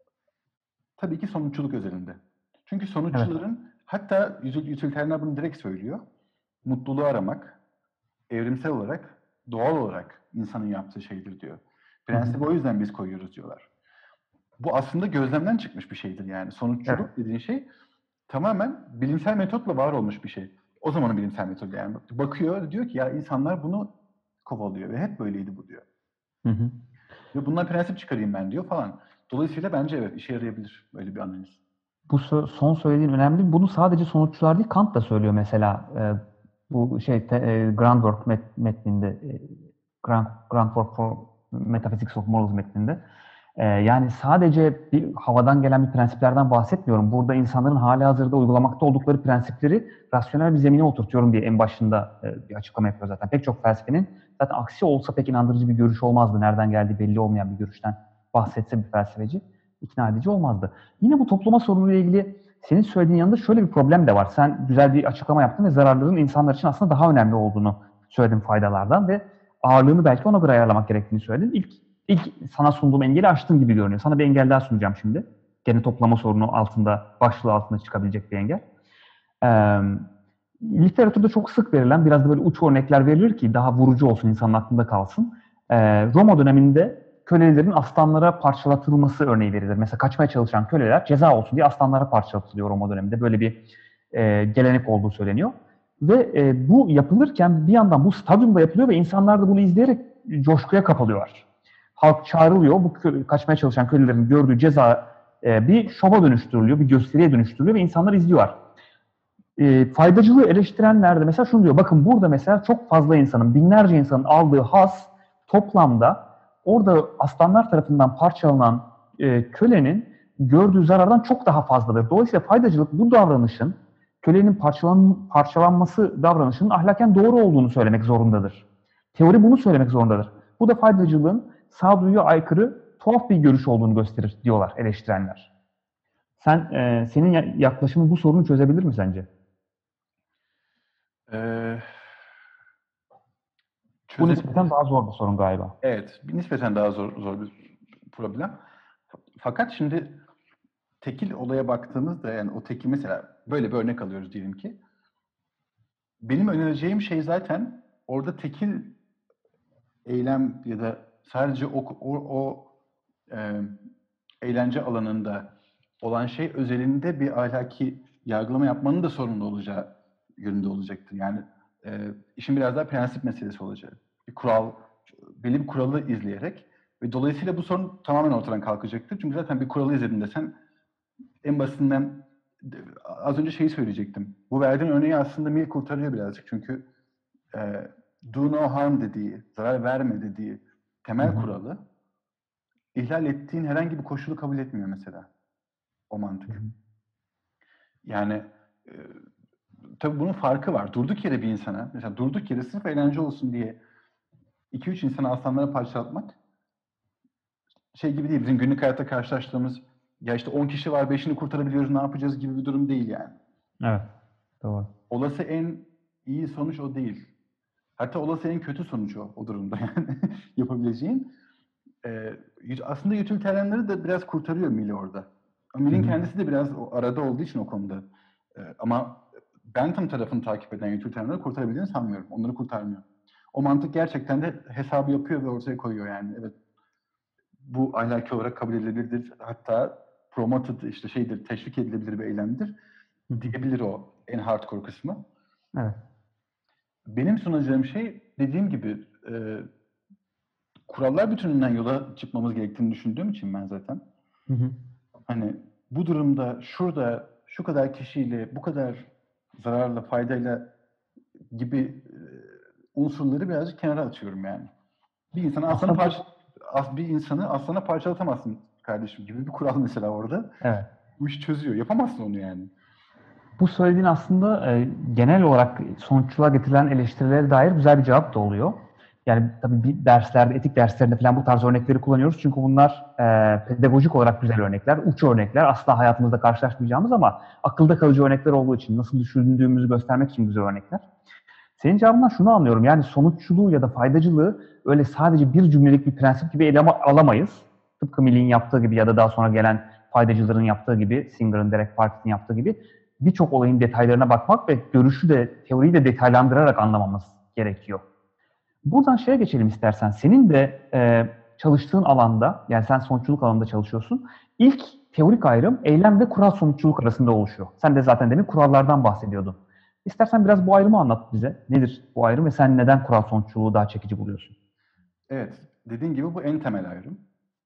Tabii ki sonuççuluk özelinde. Çünkü Evet. sonuççuların, hatta utilitarianlar bunu direkt söylüyor, mutluluğu aramak, evrimsel olarak, doğal olarak insanın yaptığı şeydir diyor. Hı hı. Prensibi o yüzden biz koyuyoruz diyorlar. Bu aslında gözlemden çıkmış bir şeydir yani. Evet. Sonuççuluk dediğin şey tamamen bilimsel metotla var olmuş bir şey. O zamanın bilimsel metodu yani. Bakıyor, diyor ki ya insanlar bunu kovalıyor ve hep böyleydi bu diyor. Hı hı. Ve bundan prensip çıkarayım ben diyor falan. Dolayısıyla bence evet işe yarayabilir böyle bir analiz. Bu sö- son söylediğin önemli. Bunu sadece sonuççular değil, Kant da söylüyor mesela. E, bu şey te, e, Groundwork met, metninde, e, Ground, Groundwork for Metaphysics of Morals metninde. E, yani sadece bir havadan gelen bir prensiplerden bahsetmiyorum. Burada insanların halihazırda uygulamakta oldukları prensipleri rasyonel bir zemine oturtuyorum diye en başında e, bir açıklama yapıyor zaten. Pek çok felsefenin zaten aksi olsa pek inandırıcı bir görüş olmazdı. Nereden geldiği belli olmayan bir görüşten bahsetse bir felsefeci ikna edici olmazdı. Yine bu toplama sorunuyla ilgili senin söylediğin yanında şöyle bir problem de var. Sen güzel bir açıklama yaptın ve zararların insanlar için aslında daha önemli olduğunu söyledin faydalardan ve ağırlığını belki ona göre ayarlamak gerektiğini söyledin. İlk, ilk sana sunduğum engeli aştın gibi görünüyor. Sana bir engel daha sunacağım şimdi. Gene toplama sorunu altında, başlığı altında çıkabilecek bir engel. Ee, literatürde çok sık verilen, biraz da böyle uç örnekler verilir ki daha vurucu olsun, insanın aklında kalsın. Ee, Roma döneminde kölelerin aslanlara parçalatılması örneği verilir. Mesela kaçmaya çalışan köleler ceza olsun diye aslanlara parçalatılıyor Roma döneminde. Böyle bir e, gelenek olduğu söyleniyor. Ve e, bu yapılırken bir yandan bu stadyumda yapılıyor ve insanlar da bunu izleyerek coşkuya kapılıyorlar. Halk çağrılıyor, bu kö- kaçmaya çalışan kölelerin gördüğü ceza e, bir şova dönüştürülüyor, bir gösteriye dönüştürülüyor ve insanlar izliyorlar. E, faydacılığı eleştirenler de mesela şunu diyor. Bakın burada mesela çok fazla insanın, binlerce insanın aldığı haz toplamda orada aslanlar tarafından parçalanan e, kölenin gördüğü zarardan çok daha fazladır. Dolayısıyla faydacılık bu davranışın, kölenin parçalan, parçalanması davranışının ahlaken doğru olduğunu söylemek zorundadır. Teori bunu söylemek zorundadır. Bu da faydacılığın sağduyuya aykırı tuhaf bir görüş olduğunu gösterir diyorlar eleştirenler. Sen e, senin yaklaşımın bu sorunu çözebilir mi sence? Ee, Bu nispeten çözebilir. daha zor bir sorun galiba. Evet, bir nispeten daha zor, zor bir problem. Fakat şimdi tekil olaya baktığımızda yani o tekil mesela böyle bir örnek alıyoruz diyelim ki. Benim önereceğim şey zaten orada tekil eylem ya da sadece o, o, o e, eğlence alanında olan şey özelinde bir ahlaki yargılama yapmanın da sorumlu olacağı yönünde olacaktır. Yani e, işin biraz daha prensip meselesi olacak. Bir kural, belli bir kuralı izleyerek ve dolayısıyla bu sorun tamamen ortadan kalkacaktır. Çünkü zaten bir kuralı izledin desen en basitinden az önce şeyi söyleyecektim. Bu verdiğin örneği aslında Mill kurtarıyor birazcık. Çünkü e, do no harm dediği, zarar verme dediği temel Hı hı. kuralı ihlal ettiğin herhangi bir koşulu kabul etmiyor mesela o Hı mantık. hı. Yani e, tabii bunun farkı var. Durduk yere bir insana, mesela durduk yere sırf eğlence olsun diye iki üç insanı aslanlara parçalatmak şey gibi değil. Bizim günlük hayatta karşılaştığımız ya işte on kişi var, beşini kurtarabiliyoruz, ne yapacağız gibi bir durum değil yani. Evet. Doğru. Olası en iyi sonuç o değil. Hatta olası en kötü sonuç o, o durumda yani yapabileceğin. Ee, aslında utilitarianları da biraz kurtarıyor Mill orada. Hı Mill'in hı. kendisi de biraz o arada olduğu için o konuda. Ee, ama Bentham tarafını takip eden utilitarianları kurtarabildiğini sanmıyorum. Onları kurtarmıyor. O mantık gerçekten de hesabı yapıyor ve ortaya koyuyor yani. Evet, bu ahlaki olarak kabul edilebilirdir. Hatta promoted işte şeydir, teşvik edilebilir bir eylemdir Hı hı. diyebilir o en hardcore kısmı. Evet. Benim sunacağım şey dediğim gibi e, kurallar bütününden yola çıkmamız gerektiğini düşündüğüm için ben zaten Hı hı. hani bu durumda şurada şu kadar kişiyle bu kadar zararla faydayla gibi e, unsurları birazcık kenara atıyorum yani. Bir insanı aslanı Aslında bu parça as, bir insanı aslana parçalatamazsın kardeşim gibi bir kural mesela orada. evet. Bu işi çözüyor. Yapamazsın onu yani. Bu söylediğin aslında e, genel olarak sonuççuluğa getirilen eleştirilere dair güzel bir cevap da oluyor. Yani tabii bir derslerde, etik derslerinde falan bu tarz örnekleri kullanıyoruz. Çünkü bunlar e, pedagojik olarak güzel örnekler, uç örnekler. Asla hayatımızda karşılaşmayacağımız ama akılda kalıcı örnekler olduğu için, nasıl düşündüğümüzü göstermek için güzel örnekler. Senin cevabından şunu anlıyorum. Yani sonuççuluğu ya da faydacılığı öyle sadece bir cümlelik bir prensip gibi ele alamayız. Tıpkı Mill'in yaptığı gibi ya da daha sonra gelen faydacıların yaptığı gibi, Singer'ın, Derek Parkin'in yaptığı gibi birçok olayın detaylarına bakmak ve görüşü de, teoriyi de detaylandırarak anlamamız gerekiyor. Buradan şeye geçelim istersen. Senin de e, çalıştığın alanda, yani sen sonuççuluk alanında çalışıyorsun. İlk teorik ayrım eylem ve kural sonuççuluk arasında oluşuyor. Sen de zaten demin kurallardan bahsediyordun. İstersen biraz bu ayrımı anlat bize. Nedir bu ayrım ve sen neden kural sonuççuluğu daha çekici buluyorsun? Evet. Dediğin gibi bu en temel ayrım.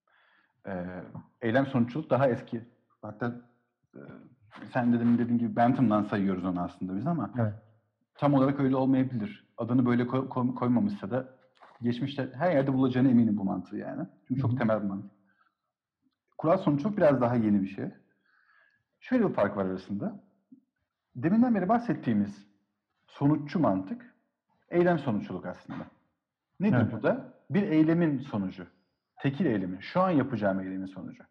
Ee, eylem sonuççuluk daha eski. Hatta e, sen dedim dediğin gibi Bentham'dan sayıyoruz onu aslında biz ama Evet. tam olarak öyle olmayabilir. Adını böyle koy, koy, koymamışsa da geçmişte her yerde bulacağına eminim bu mantığı yani. Çünkü Hı çok hı. temel bir mantık. Kural sonuççuluk biraz daha yeni bir şey. Şöyle bir fark var arasında. Deminden beri bahsettiğimiz sonuççu mantık eylem sonuççuluk aslında. Nedir Evet. bu da? Bir eylemin sonucu. Tekil eylemin. Şu an yapacağım eylemin sonucu.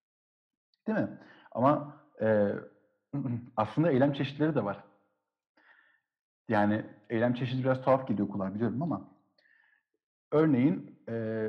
Değil mi? Ama e, aslında eylem çeşitleri de var. Yani eylem çeşidi biraz tuhaf geliyor kulağa biliyorum ama örneğin e,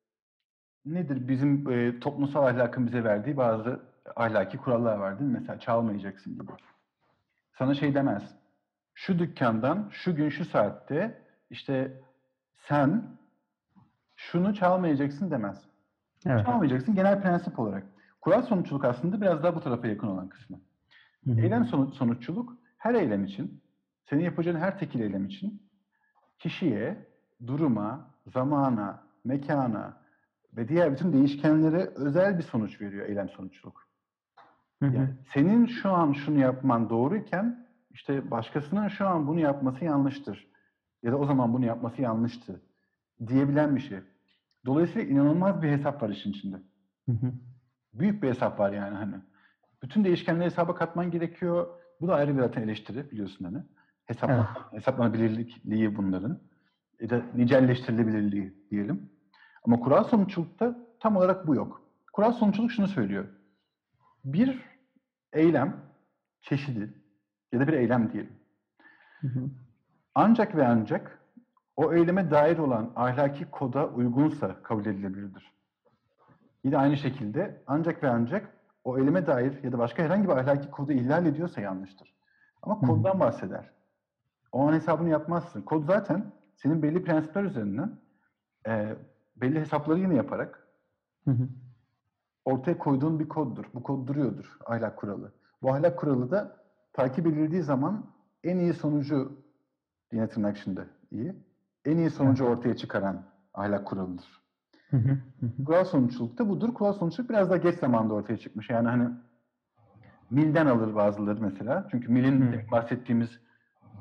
nedir bizim e, toplumsal ahlakın bize verdiği bazı ahlaki kurallar var değil mi? Mesela çalmayacaksın gibi. Sana şey demez. Şu dükkandan şu gün şu saatte işte sen şunu çalmayacaksın demez. Evet. Çalmayacaksın genel prensip olarak. Kural sonuçluluk aslında biraz daha bu tarafa yakın olan kısmı. Hı hı. Eylem sonuç, sonuççuluk her eylem için, senin yapacağın her tekil eylem için kişiye, duruma, zamana, mekana ve diğer bütün değişkenlere özel bir sonuç veriyor eylem sonuçluluk. Hı Yani hı. senin şu an şunu yapman doğruyken işte başkasının şu an bunu yapması yanlıştır. Ya da o zaman bunu yapması yanlıştı diyebilen bir şey. Dolayısıyla inanılmaz bir hesap var işin içinde. Hı hı. Büyük bir hesap var yani hani. Bütün değişkenleri hesaba katman gerekiyor. Bu da ayrı bir zaten eleştiri biliyorsun hani. Evet. Hesaplama, hesaplanabilirliği bunların. Ya da nicelleştirilebilirliği diyelim. Ama kural sonuçlulukta tam olarak bu yok. Kural sonuçluluk şunu söylüyor. Bir eylem çeşidi ya da bir eylem diyelim. Hı hı. Ancak ve ancak o eyleme dair olan ahlaki koda uygunsa kabul edilebilirdir. Yine aynı şekilde ancak ve ancak o eyleme dair ya da başka herhangi bir ahlaki kodu ihlal ediyorsa yanlıştır. Ama Hı hı. koddan bahseder. O an hesabını yapmazsın. Kod zaten senin belli prensipler üzerinden e, belli hesapları yine yaparak Hı hı. ortaya koyduğun bir koddur. Bu kod duruyordur ahlak kuralı. Bu ahlak kuralı da takip edildiği zaman en iyi sonucu yine tırnak içinde iyi. En iyi Evet. sonucu ortaya çıkaran ahlak kuralıdır. Hı hı. Hı hı. Kural sonuçluluk da budur. Kural sonuçluluk biraz daha geç zamanda ortaya çıkmış. Yani hani Mill'den alır bazıları mesela. Çünkü Mill'in Hı. bahsettiğimiz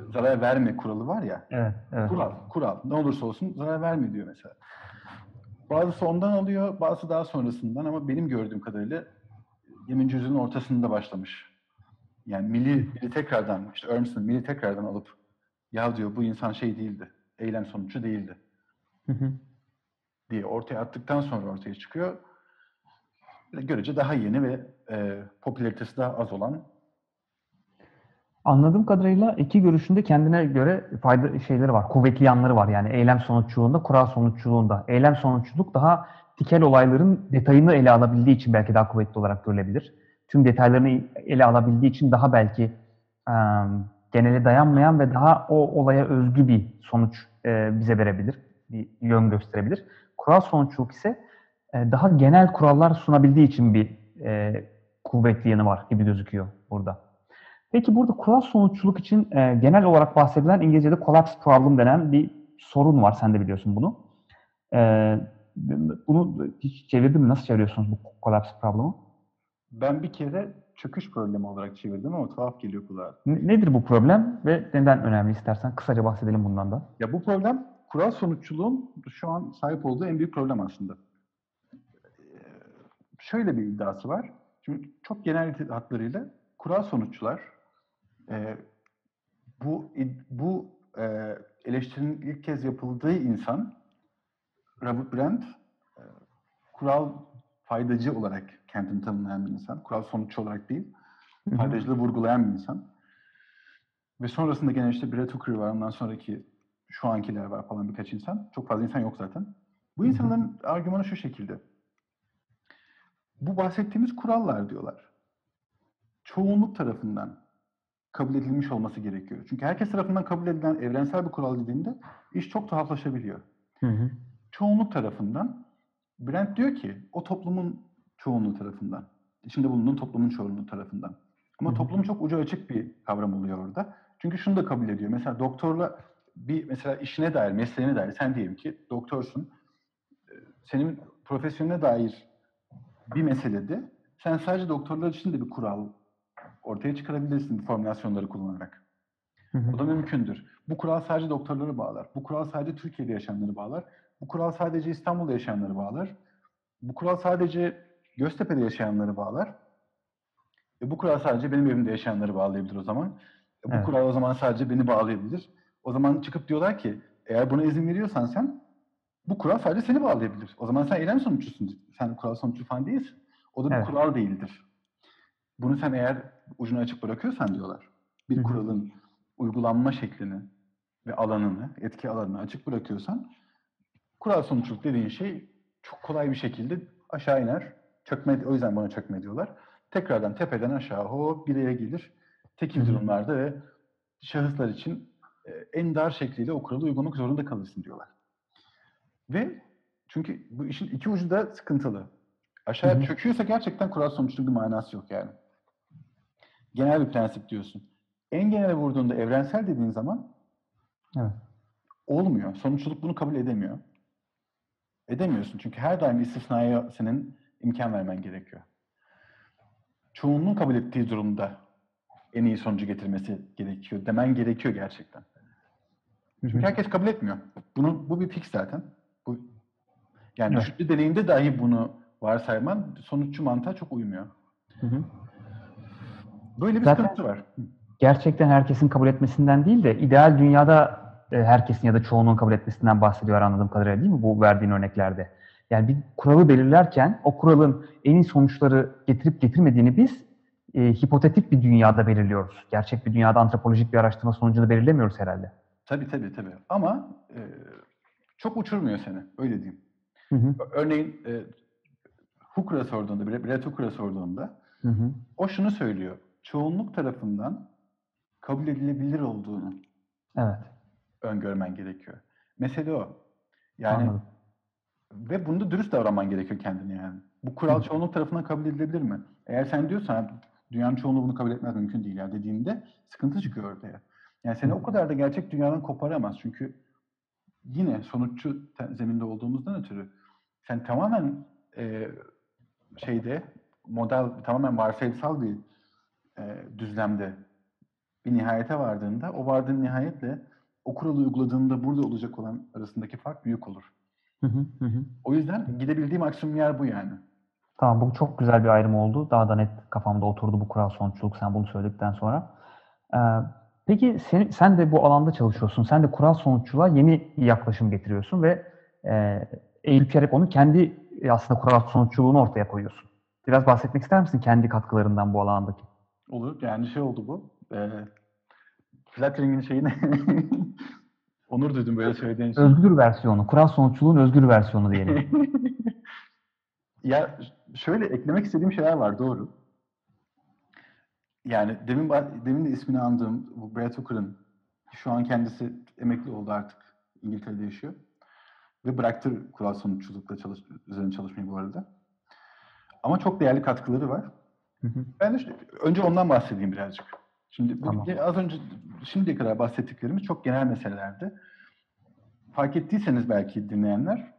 zarar verme kuralı var ya. Evet, evet. Kural, kural. Ne olursa olsun zarar verme diyor mesela. Bazısı ondan alıyor, bazısı daha sonrasından ama benim gördüğüm kadarıyla yirminci yüzyılın ortasında başlamış. Yani Mill'i Mill'i tekrardan, işte Urmson Mill'i tekrardan alıp ya diyor bu insan şey değildi, eylem sonucu değildi Hı hı. diye ortaya attıktan sonra ortaya çıkıyor. Görece daha yeni ve e, popülaritesi daha az olan. Anladığım kadarıyla iki görüşünde kendine göre fayda şeyleri var, kuvvetli yanları var. Yani eylem sonuççuluğunda, kural sonuççuluğunda. Eylem sonuççuluk daha tikel olayların detayını ele alabildiği için belki daha kuvvetli olarak görülebilir. Tüm detaylarını ele alabildiği için daha belki e, genele dayanmayan ve daha o olaya özgü bir sonuç e, bize verebilir, bir yön gösterebilir. Kural sonuççuluk ise e, daha genel kurallar sunabildiği için bir e, kuvvetli yanı var gibi gözüküyor burada. Peki burada kural sonuççuluk için e, genel olarak bahsedilen İngilizce'de collapse problem denen bir sorun var. Sen de biliyorsun bunu. E, bunu hiç çevirdin mi? Nasıl çeviriyorsunuz bu collapse problemi? Ben bir kere çöküş problemi olarak çevirdim ama tuhaf geliyor kulağa. N- Nedir bu problem ve neden önemli istersen kısaca bahsedelim bundan da. Ya bu problem kural sonuççuluğun şu an sahip olduğu en büyük problem aslında. Ee, Şöyle bir iddiası var. Şimdi çok genel hatlarıyla kural sonuççular e, bu bu e, eleştirinin ilk kez yapıldığı insan Robert Brand, e, kural faydacı olarak kendini tanımlayan bir insan. Kural sonuççu olarak değil, Hı hı. faydacılığı vurgulayan bir insan. Ve sonrasında gene işte Brett Hooker var, ondan sonraki şu ankiler var falan birkaç insan. Çok fazla insan yok zaten. Bu insanların argümanı şu şekilde. Bu bahsettiğimiz kurallar diyorlar. Çoğunluk tarafından kabul edilmiş olması gerekiyor. Çünkü herkes tarafından kabul edilen evrensel bir kural dediğinde iş çok tuhaflaşabiliyor. Hı hı. Çoğunluk tarafından, Brent diyor ki o toplumun çoğunluğu tarafından. İçinde bulunduğun toplumun çoğunluğu tarafından. Ama Hı hı. toplum çok ucu açık bir kavram oluyor orada. Çünkü şunu da kabul ediyor. Mesela doktorla bir mesela işine dair, mesleğine dair sen diyelim ki doktorsun. Senin profesyonine dair bir meselede sen sadece doktorlar için de bir kural ortaya çıkarabilirsin formülasyonları kullanarak. Hı hı. O da mümkündür. Bu kural sadece doktorları bağlar. Bu kural sadece Türkiye'de yaşayanları bağlar. Bu kural sadece İstanbul'da yaşayanları bağlar. Bu kural sadece Göztepe'de yaşayanları bağlar. E bu kural sadece benim evimde yaşayanları bağlayabilir o zaman. E bu Evet. kural o zaman sadece beni bağlayabilir. O zaman çıkıp diyorlar ki eğer buna izin veriyorsan sen bu kural sadece seni bağlayabilir. O zaman sen eylem sonuççusun. Sen kural sonuççu falan değilsin. O da bir Evet. kural değildir. Bunu sen eğer ucunu açık bırakıyorsan diyorlar. Hı Bir hı. kuralın uygulanma şeklini ve alanını, etki alanını açık bırakıyorsan kural sonuçluluk dediğin şey çok kolay bir şekilde aşağı iner. Çökme, o yüzden bana çökme diyorlar. Tekrardan tepeden aşağı o bireye gelir. Hı Tekil hı. durumlarda ve şahıslar için e, en dar şekliyle o kuralı uygulamak zorunda kalırsın diyorlar. Ve çünkü bu işin iki ucu da sıkıntılı. Hı Aşağı hı. çöküyorsa gerçekten kural sonuçlu bir manası yok yani. Genel bir prensip diyorsun. En genele vurduğunda evrensel dediğin zaman Evet. olmuyor. Sonuçluluk bunu kabul edemiyor. Edemiyorsun çünkü her daim istisnaya senin imkan vermen gerekiyor. Çoğunluğun kabul ettiği durumda en iyi sonucu getirmesi gerekiyor. Demen gerekiyor gerçekten. Hı Çünkü hı. herkes kabul etmiyor. Bunu, bu bir fix zaten. Bu, yani Evet. düşünce deneyinde dahi bunu varsayman sonuççu mantığa çok uymuyor. Hı hı. Böyle bir Zaten sıkıntı var. gerçekten herkesin kabul etmesinden değil de ideal dünyada e, herkesin ya da çoğunluğun kabul etmesinden bahsediyor anladığım kadarıyla değil mi bu verdiğin örneklerde? Yani bir kuralı belirlerken o kuralın en iyi sonuçları getirip getirmediğini biz e, hipotetik bir dünyada belirliyoruz. Gerçek bir dünyada antropolojik bir araştırma sonucunda belirlemiyoruz herhalde. Tabii tabii tabii. Ama e, çok uçurmuyor seni. Öyle diyeyim. Hı hı. Örneğin e, Hooker'a sorduğunda, Brett Hooker'a sorduğunda Hı hı. o şunu söylüyor. Çoğunluk tarafından kabul edilebilir olduğunu Evet, öngörmen gerekiyor. Mesele o. Yani anladım. ve bunda dürüst davranman gerekiyor kendine yani. Bu Hı kural hı. çoğunluk tarafından kabul edilebilir mi? Eğer sen diyorsan dünyanın çoğunluğu bunu kabul etmez mümkün değil ya dediğinde sıkıntı çıkıyor ortaya. Yani Hı seni o kadar da gerçek dünyadan koparamaz. Çünkü yine sonuççu zeminde olduğumuzdan ötürü sen tamamen e, şeyde model tamamen varsayımsal bir e, düzlemde bir nihayete vardığında o vardığın nihayetle o kuralı uyguladığında burada olacak olan arasındaki fark büyük olur. Hı hı, hı hı. O yüzden gidebildiğim maksimum yer bu yani. Tamam, bu çok güzel bir ayrım oldu. Daha da net kafamda oturdu bu kural sonuçluluk sen bunu söyledikten sonra. Ee, peki sen, sen de bu alanda çalışıyorsun. Sen de kural sonuçluluğa yeni bir yaklaşım getiriyorsun ve e, eğilip bükerek onu kendi e, aslında kural sonuçluluğunu ortaya koyuyorsun. Biraz bahsetmek ister misin kendi katkılarından bu alandaki? Olur. Yani şey oldu bu. E, Flattering'in şeyini onur duydum böyle söylediğin için. Özgür versiyonu, kural sonuçluluğun özgür versiyonu diyelim. Ya şöyle eklemek istediğim şeyler var, doğru. Yani demin demin de ismini andığım bu Brad Hooker'ın, şu an kendisi emekli oldu artık, İngiltere'de yaşıyor. Ve bıraktı kural sonuçlulukla çalış, üzerine çalışmayı bu arada. Ama çok değerli katkıları var. Hı hı. Ben de işte, önce ondan bahsedeyim birazcık. Şimdi Tamam. bu, az önce şimdiye kadar bahsettiklerimiz çok genel meselelerdi. Fark ettiyseniz belki dinleyenler,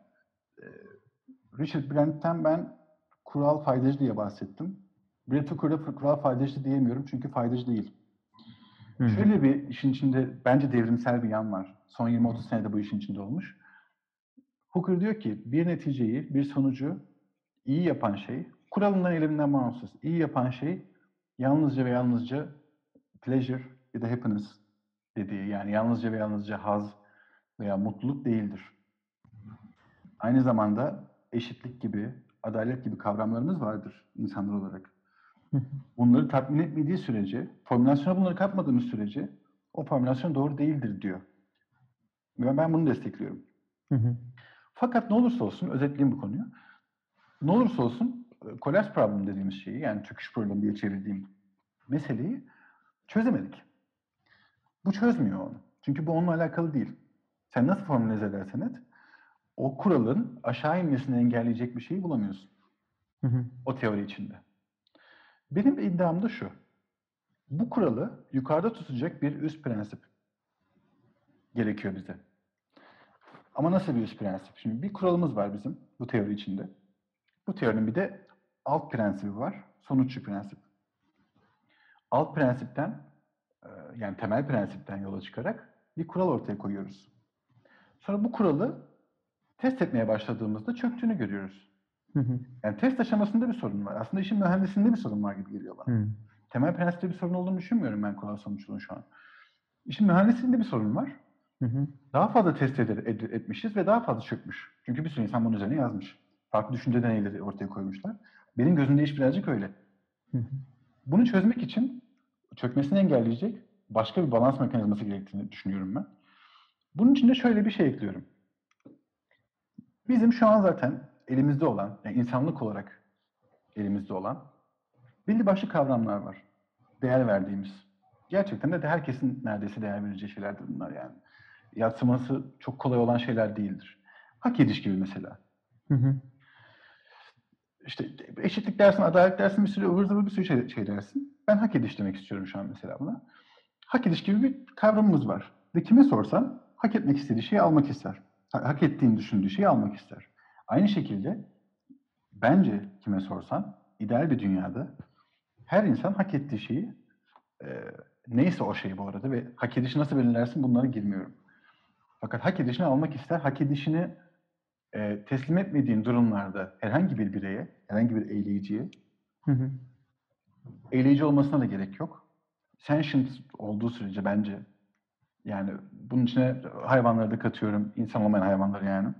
Richard Brandt'ten ben kural faydacı diye bahsettim. Brad Hooker'da kural faydacı diyemiyorum çünkü faydacı değil. Hı hı. Şöyle bir işin içinde bence devrimsel bir yan var. Son yirmi otuz senede bu işin içinde olmuş. Hooker diyor ki bir neticeyi, bir sonucu iyi yapan şey, kuralından eliminden bağımsız, iyi yapan şey yalnızca ve yalnızca pleasure ya da happiness dediği, yani yalnızca ve yalnızca haz veya mutluluk değildir. Aynı zamanda eşitlik gibi, adalet gibi kavramlarımız vardır insanlar olarak. Bunları tatmin etmediği sürece, formülasyona bunları katmadığımız sürece o formülasyon doğru değildir diyor. Ve ben bunu destekliyorum. Hı hı. Fakat ne olursa olsun, özetleyeyim bu konuyu. Ne olursa olsun collapse problem dediğimiz şeyi, yani çöküş problemi diye çevirdiğim meseleyi çözemedik. Bu çözmüyor onu. Çünkü bu onunla alakalı değil. Sen nasıl formülize edersen et, o kuralın aşağı inmesini engelleyecek bir şeyi bulamıyorsun. Hı hı. O teori içinde. Benim iddiam da şu. Bu kuralı yukarıda tutacak bir üst prensip gerekiyor bize. Ama nasıl bir üst prensip? Şimdi bir kuralımız var bizim bu teori içinde. Bu teorinin bir de alt prensibi var. Sonuççu prensip. Alt prensipten, yani temel prensipten yola çıkarak bir kural ortaya koyuyoruz. Sonra bu kuralı test etmeye başladığımızda çöktüğünü görüyoruz. Hı hı. Yani test aşamasında bir sorun var. Aslında işin mühendisliğinde bir sorun var gibi geliyor bana. Hı. Temel prensipte bir sorun olduğunu düşünmüyorum ben kural sonuçluğun şu an. İşin mühendisliğinde bir sorun var. Hı hı. Daha fazla test ed- ed- etmişiz ve daha fazla çökmüş. Çünkü bir sürü insan bunun üzerine yazmış. Farklı düşünce deneyleri ortaya koymuşlar. Benim gözümde iş birazcık öyle. Hı hı. Bunu çözmek için çökmesini engelleyecek başka bir balans mekanizması gerektiğini düşünüyorum ben. Bunun için de şöyle bir şey ekliyorum. Bizim şu an zaten elimizde olan, yani insanlık olarak elimizde olan belli başlı kavramlar var. Değer verdiğimiz. Gerçekten de herkesin neredeyse değer vereceği şeylerdir bunlar yani. Yadsıması çok kolay olan şeyler değildir. Hak ediş gibi mesela. Hı hı. İşte eşitlik dersin, adalet dersin, bir sürü ıvır zıvır bir sürü şey, şey dersin. Ben hak ediş demek istiyorum şu an mesela buna. Hak ediş gibi bir kavramımız var. Ve kime sorsan hak etmek istediği şeyi almak ister. Hak ettiğini düşündüğü şeyi almak ister. Aynı şekilde bence kime sorsan ideal bir dünyada her insan hak ettiği şeyi, e, neyse o şey bu arada ve hak edişi nasıl belirlersin bunlara girmiyorum. Fakat hak edişini almak ister. Hak edişini e, teslim etmediğin durumlarda herhangi bir bireye, herhangi bir eyleyiciye, Hı hı. eyleyici olmasına da gerek yok. Sentient olduğu sürece bence, yani bunun içine hayvanları da katıyorum, insan olmayan hayvanları yani.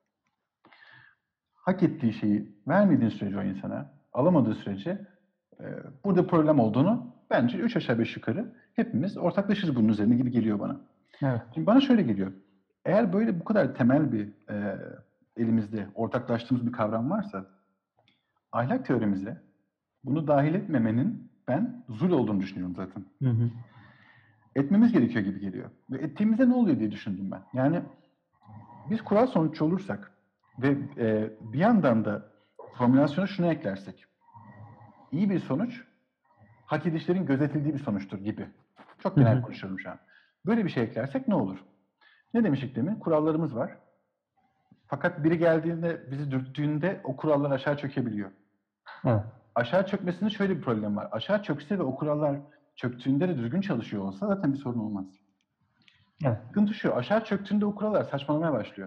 Hak ettiği şeyi vermediğin sürece o insana, alamadığı sürece e, burada problem olduğunu bence üç aşağı beş yukarı hepimiz ortaklaşırız bunun üzerine gibi geliyor bana. Evet. Şimdi bana şöyle geliyor. Eğer böyle bu kadar temel bir e, elimizde ortaklaştığımız bir kavram varsa ahlak teorimize bunu dahil etmemenin ben zul olduğunu düşünüyorum zaten. Hı hı. Etmemiz gerekiyor gibi geliyor. Ve ettiğimizde ne oluyor diye düşündüm ben. Yani biz kural sonuççu olursak ve e, bir yandan da formülasyona şunu eklersek, iyi bir sonuç hak edişlerin gözetildiği bir sonuçtur gibi. Çok Hı genel hı. konuşuyorum şu an. Böyle bir şey eklersek ne olur? Ne demiştik demin? Kurallarımız var. Fakat biri geldiğinde, bizi dürttüğünde o kurallar aşağı çökebiliyor. Evet. Aşağı çökmesinin şöyle bir problemi var. Aşağı çökse ve o kurallar çöktüğünde de düzgün çalışıyor olsa zaten bir sorun olmaz. Evet. Sıkıntı şu, aşağı çöktüğünde o kurallar saçmalamaya başlıyor.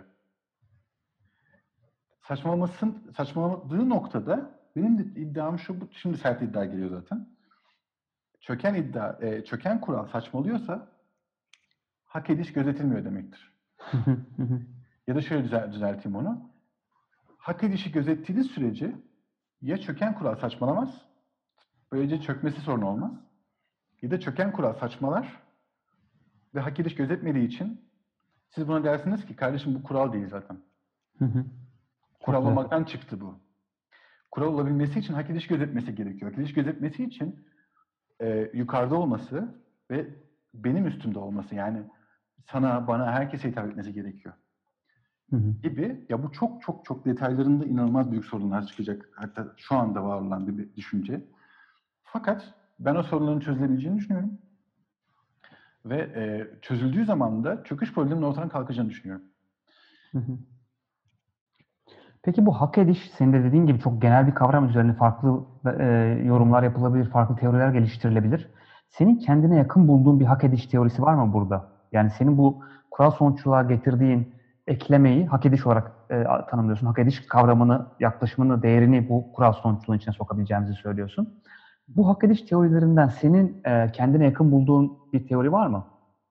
Saçmalamasın, saçmaladığı noktada benim de iddiam şu, bu, şimdi sert iddia geliyor zaten. Çöken iddia, e, çöken kural saçmalıyorsa hak ediş gözetilmiyor demektir. Ya da şöyle düzel, düzelteyim onu. Hak edişi gözettiğiniz sürece ya çöken kural saçmalamaz, böylece çökmesi sorun olmaz. Ya da çöken kural saçmalar ve hak ediş gözetmediği için siz buna dersiniz ki kardeşim bu kural değil zaten. Kural güzel. olmaktan çıktı bu. Kural olabilmesi için hak ediş gözetmesi gerekiyor. Hak ediş gözetmesi için e, yukarıda olması ve benim üstümde olması, yani sana, bana, herkese hitap etmesi gerekiyor. Hı hı. Gibi. Ya bu çok çok çok detaylarında inanılmaz büyük sorunlar çıkacak. Hatta şu anda var olan bir, bir düşünce. Fakat ben o sorunların çözülebileceğini düşünüyorum. Ve e, çözüldüğü zaman da çöküş probleminin ortadan kalkacağını düşünüyorum. Hı hı. Peki bu hak ediş, senin de dediğin gibi çok genel bir kavram, üzerine farklı e, yorumlar yapılabilir, farklı teoriler geliştirilebilir. Senin kendine yakın bulduğun bir hak ediş teorisi var mı burada? Yani senin bu kural sonuçluluğa getirdiğin eklemeyi hak ediş olarak e, tanımlıyorsun. Hak ediş kavramını, yaklaşımını, değerini bu kural sonuçluluğun içine sokabileceğimizi söylüyorsun. Bu hak ediş teorilerinden senin e, kendine yakın bulduğun bir teori var mı?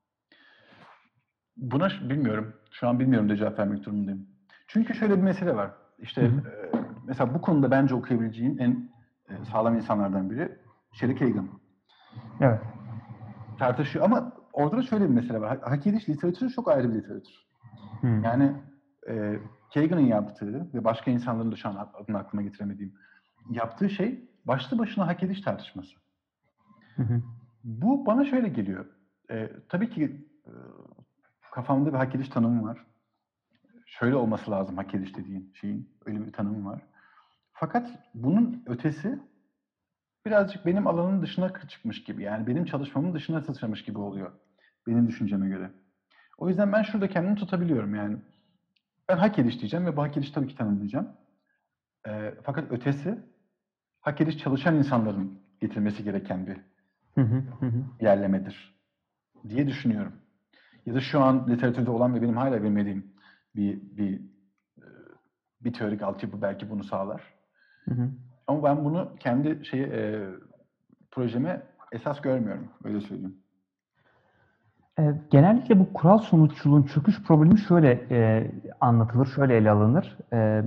Buna bilmiyorum. Şu an bilmiyorum da cevap vermek durumundayım. Çünkü şöyle bir mesele var. İşte Hı hı. e, mesela bu konuda bence okuyabileceğin en e, sağlam insanlardan biri Sherry Kagan. Evet. Tartışıyor ama orada da şöyle bir mesele var. Hak ediş literatürü çok ayrı bir literatür. Hı. Yani e, Kagan'ın yaptığı ve başka insanların da şu an adını aklıma getiremediğim yaptığı şey başlı başına hak ediş tartışması. Hı hı. Bu bana şöyle geliyor. E, tabii ki e, kafamda bir hak ediş tanımı var. Şöyle olması lazım hak ediş dediğin şeyin. Öyle bir tanımı var. Fakat bunun ötesi birazcık benim alanın dışına çıkmış gibi. Yani benim çalışmamın dışına sıçramış gibi oluyor. Benim düşünceme göre. O yüzden ben şurada kendimi tutabiliyorum yani. Ben hak ediş diyeceğim ve bu hak ediş tabii ki tanımlayacağım. E, fakat ötesi hak ediş çalışan insanların getirmesi gereken bir Hı hı. Hı hı. yerlemedir diye düşünüyorum. Ya da şu an literatürde olan ve benim hala bilmediğim bir bir bir teorik altyapı belki bunu sağlar. Hı hı. Ama ben bunu kendi şey e, projeme esas görmüyorum. Öyle söyleyeyim. E, genellikle bu kural sonuççuluğun çöküş problemi şöyle e, anlatılır, şöyle ele alınır. E,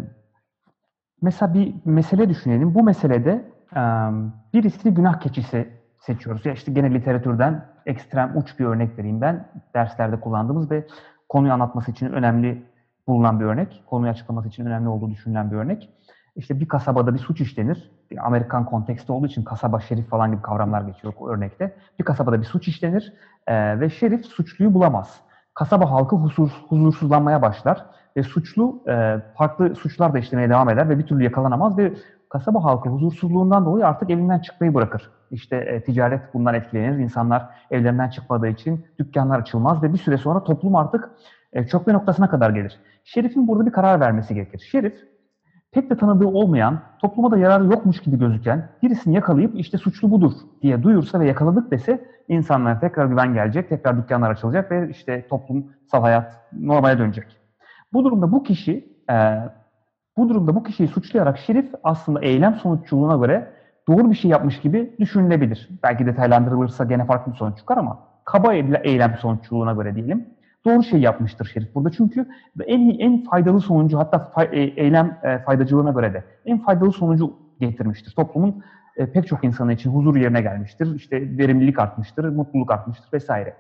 mesela bir mesele düşünelim. Bu meselede e, birisini günah keçisi seçiyoruz. Ya işte gene literatürden ekstrem uç bir örnek vereyim ben. Derslerde kullandığımız ve konuyu anlatması için önemli bulunan bir örnek. Konuyu açıklaması için önemli olduğu düşünülen bir örnek. İşte bir kasabada bir suç işlenir. Bir Amerikan konteksti olduğu için kasaba, şerif falan gibi kavramlar geçiyor o örnekte. Bir kasabada bir suç işlenir e, ve şerif suçluyu bulamaz. Kasaba halkı huzur, huzursuzlanmaya başlar ve suçlu e, farklı suçlar da işlemeye devam eder ve bir türlü yakalanamaz ve kasaba halkı huzursuzluğundan dolayı artık evinden çıkmayı bırakır. İşte e, ticaret bundan etkilenir. İnsanlar evlerinden çıkmadığı için dükkanlar açılmaz ve bir süre sonra toplum artık e, çökme noktasına kadar gelir. Şerif'in burada bir karar vermesi gerekir. Şerif pek de tanıdığı olmayan, topluma da yararı yokmuş gibi gözüken birisini yakalayıp işte suçlu budur diye duyursa ve yakaladık dese insanlara tekrar güven gelecek, tekrar dükkanlar açılacak ve işte toplumsal hayat normale dönecek. Bu durumda bu kişi e, bu durumda bu kişiyi suçlayarak şerif aslında eylem sonuççuluğuna göre doğru bir şey yapmış gibi düşünülebilir. Belki detaylandırılırsa gene farklı bir sonuç çıkar ama kaba eylem sonuççuluğuna göre diyelim. Doğru şey yapmıştır şerif burada. Çünkü en en faydalı sonucu, hatta eylem faydacılığına göre de en faydalı sonucu getirmiştir. Toplumun e, pek çok insanı için huzur yerine gelmiştir. İşte verimlilik artmıştır, mutluluk artmıştır vesaire.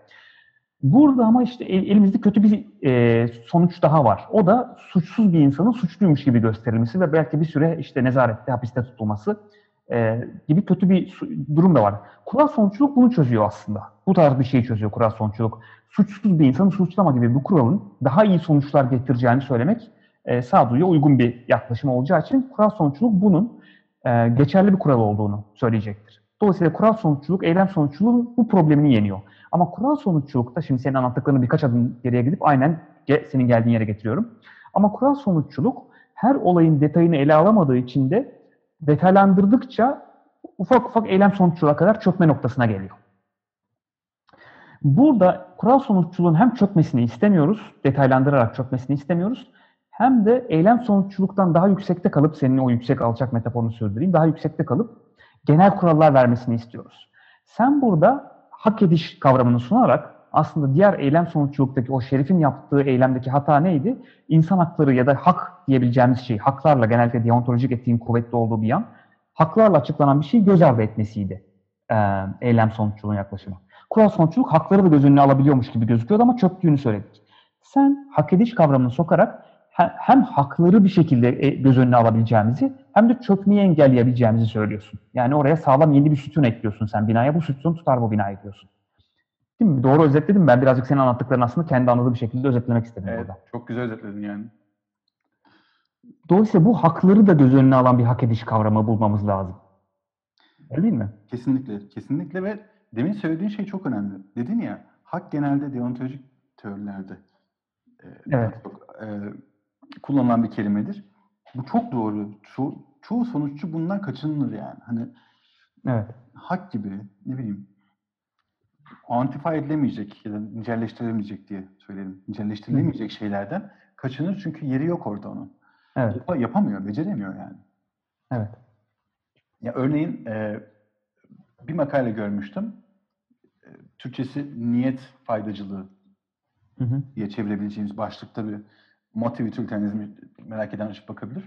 Burada ama işte elimizde kötü bir e, sonuç daha var. O da suçsuz bir insanın suçluymuş gibi gösterilmesi ve belki bir süre işte nezarette, hapiste tutulması e, gibi kötü bir durum da var. Kural sonuçluluk bunu çözüyor aslında. Bu tarz bir şeyi çözüyor kural sonuçluluk. Suçsuz bir insanı suçlama gibi bu kuralın daha iyi sonuçlar getireceğini söylemek e, sağduyuya uygun bir yaklaşım olacağı için kural sonuçluluk bunun e, geçerli bir kural olduğunu söyleyecektir. Dolayısıyla kural sonuçluluk, eylem sonuçluluğun bu problemini yeniyor. Ama kural sonuççulukta, şimdi senin anlattıklarını birkaç adım geriye gidip aynen senin geldiğin yere getiriyorum. Ama kural sonuççuluk her olayın detayını ele alamadığı için de detaylandırdıkça ufak ufak eylem sonuççuluğa kadar çökme noktasına geliyor. Burada kural sonuççuluğun hem çökmesini istemiyoruz, detaylandırarak çökmesini istemiyoruz, hem de eylem sonuççuluktan daha yüksekte kalıp, senin o yüksek alçak metaforunu sürdüreyim, daha yüksekte kalıp genel kurallar vermesini istiyoruz. Sen burada hak ediş kavramını sunarak aslında diğer eylem sonuççuluktaki o Şerif'in yaptığı eylemdeki hata neydi? İnsan hakları ya da hak diyebileceğimiz şey, haklarla, genellikle deontolojik etiğin kuvvetli olduğu bir yan, haklarla açıklanan bir şeyi göz ardı etmesiydi e, eylem sonuççuluğun yaklaşımı. Kural sonuççuluk hakları da göz önüne alabiliyormuş gibi gözüküyordu ama çöktüğünü söyledik. Sen hak ediş kavramını sokarak hem hakları bir şekilde göz önüne alabileceğimizi hem de çökmeyi engelleyebileceğimizi söylüyorsun. Yani oraya sağlam yeni bir sütun ekliyorsun sen binaya. Bu sütun tutar bu binayı diyorsun. Değil mi? Doğru özetledim. Ben birazcık senin anlattıklarını aslında kendi anladığım şekilde özetlemek istedim Evet, burada. çok güzel özetledin yani. Dolayısıyla bu hakları da göz önüne alan bir hak ediş kavramı bulmamız lazım. Öyle değil mi? Kesinlikle, kesinlikle ve demin söylediğin şey çok önemli. Dedin ya, hak genelde deontolojik teorilerde e, Evet. çok e, kullanılan bir kelimedir. Bu çok doğru. Ço çoğu sonuççu bundan kaçınılır yani. Hani evet. hak gibi, ne bileyim, kuantify edilemeyecek ya da nicelleştirilemeyecek diye söyleyelim. Nicelleştirilemeyecek Hı. şeylerden kaçınır çünkü yeri yok orada onun. Evet. Yap yapamıyor, beceremiyor yani. Evet. Ya örneğin e, bir makale görmüştüm. E, Türkçesi niyet faydacılığı hı hı. diye çevirebileceğimiz başlıkta bir motive utilitarianizmi merak eden açıp bakabilir.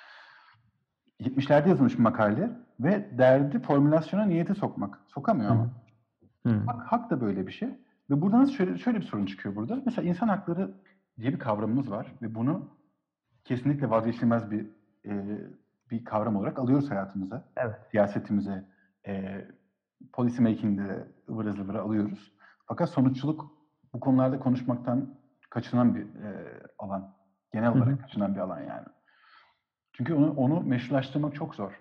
yetmişlerde yazılmış bir makale ve derdi formülasyona niyeti sokmak. Sokamıyor ama. Hı hı. Hak, hak da böyle bir şey. Ve buradan şöyle, şöyle bir sorun çıkıyor burada. Mesela insan hakları diye bir kavramımız var ve bunu kesinlikle vazgeçilmez bir e, bir kavram olarak alıyoruz hayatımıza. Evet. Siyasetimize, e, policy making'de ıvıra zıvıra alıyoruz. Fakat sonuççuluk bu konularda konuşmaktan kaçınan bir e, alan. Genel olarak hı hı. kaçınan bir alan yani. Çünkü onu, onu meşrulaştırmak çok zor.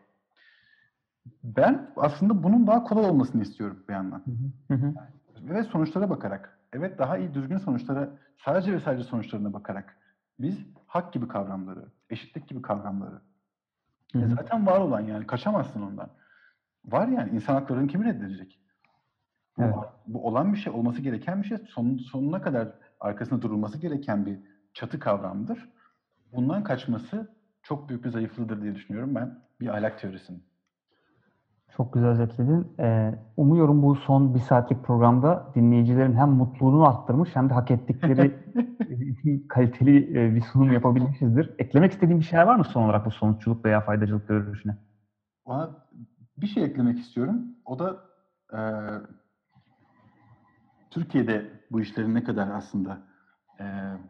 Ben aslında bunun daha kolay olmasını istiyorum bir yandan. Hı hı. Ve sonuçlara bakarak, evet daha iyi düzgün sonuçlara, sadece ve sadece sonuçlarına bakarak biz hak gibi kavramları, eşitlik gibi kavramları, hı hı. E zaten var olan yani kaçamazsın ondan. Var yani insan haklarını kim reddedecek? Bu, evet. bu olan bir şey, olması gereken bir şey, son, sonuna kadar arkasında durulması gereken bir çatı kavramdır. Bundan kaçması çok büyük bir zayıflığıdır diye düşünüyorum ben bir ahlak teorisinin. Çok güzel özetledin. Ee, umuyorum bu son bir saatlik programda dinleyicilerin hem mutluluğunu arttırmış hem de hak ettikleri kaliteli bir sunum yapabilmişizdir. Eklemek istediğin bir şey var mı son olarak bu sonuççuluk veya faydacılık görüşüne? Ona bir şey eklemek istiyorum. O da e, Türkiye'de bu işlerin ne kadar aslında e,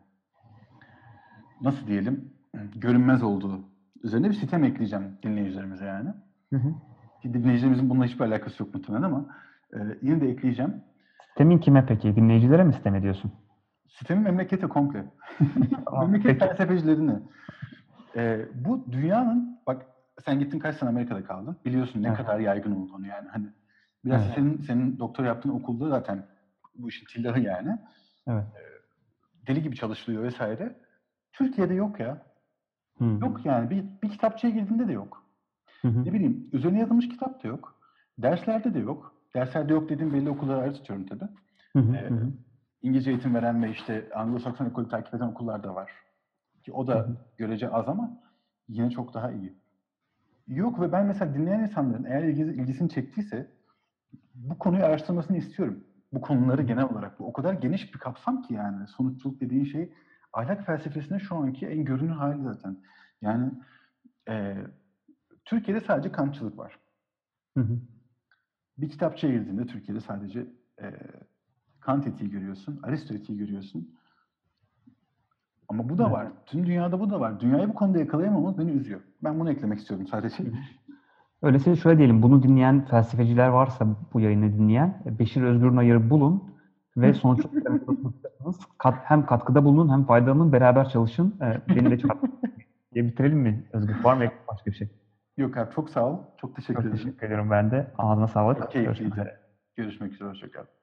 nasıl diyelim görünmez olduğu üzerine bir sitem ekleyeceğim dinleyicilerimize yani. Hı hı. Dinleyicilerimizin bununla hiçbir alakası yok muhtemelen ama e, yine de ekleyeceğim. Sitemin kime peki? Dinleyicilere mi sitem ediyorsun? Sitemin memlekete komple. Memleket felsefecilerine. E, bu dünyanın, bak sen gittin kaç sene Amerika'da kaldın. Biliyorsun ne evet. kadar yaygın olduğunu yani. Hani biraz evet. senin senin doktor yaptığın okulda zaten bu işin tillahı yani. Evet. E, deli gibi çalışılıyor vesaire. Türkiye'de yok ya. Hmm. Yok yani. Bir, bir kitapçıya girdiğinde de yok. Hı hı. Ne bileyim, üzerine yazılmış kitap da yok. Derslerde de yok. Derslerde yok dediğim belli okulları ayrı tutuyorum tabii. Hı hı, ee, hı. İngilizce eğitim veren ve işte Anglo-Sakson ekolü takip eden okullar da var. Ki o da hı hı. görece az ama yine çok daha iyi. Yok ve ben mesela dinleyen insanların eğer ilgisi, ilgisini çektiyse bu konuyu araştırmasını istiyorum. Bu konuları genel olarak. Bu o kadar geniş bir kapsam ki yani. Sonuççuluk dediğin şey ahlak felsefesinin şu anki en görünür hali zaten. Yani e, Türkiye'de sadece Kantçılık var. Hı hı. Bir kitapçıya girdiğinde Türkiye'de sadece e, Kant etiği görüyorsun, Aristo etiği görüyorsun. Ama bu da evet. var. Tüm dünyada bu da var. Dünyayı bu konuda yakalayamamız beni üzüyor. Ben bunu eklemek istiyorum sadece. Öyleyse şöyle diyelim, bunu dinleyen felsefeciler varsa bu yayını dinleyen, Beşir Özgür Nayır'ı bulun ve sonuç kat, hem katkıda bulunun hem faydalanın, beraber çalışın. Beni de çarpın diye bitirelim mi Özgür? Var mı başka bir şey? Yok abi, çok sağ ol. Çok teşekkür çok ederim. Çok teşekkür ediyorum ben de. Ağzına sağlık. Çok keyifliydi. Görüşmek üzere. Görüşmek üzere. Hoşçakal.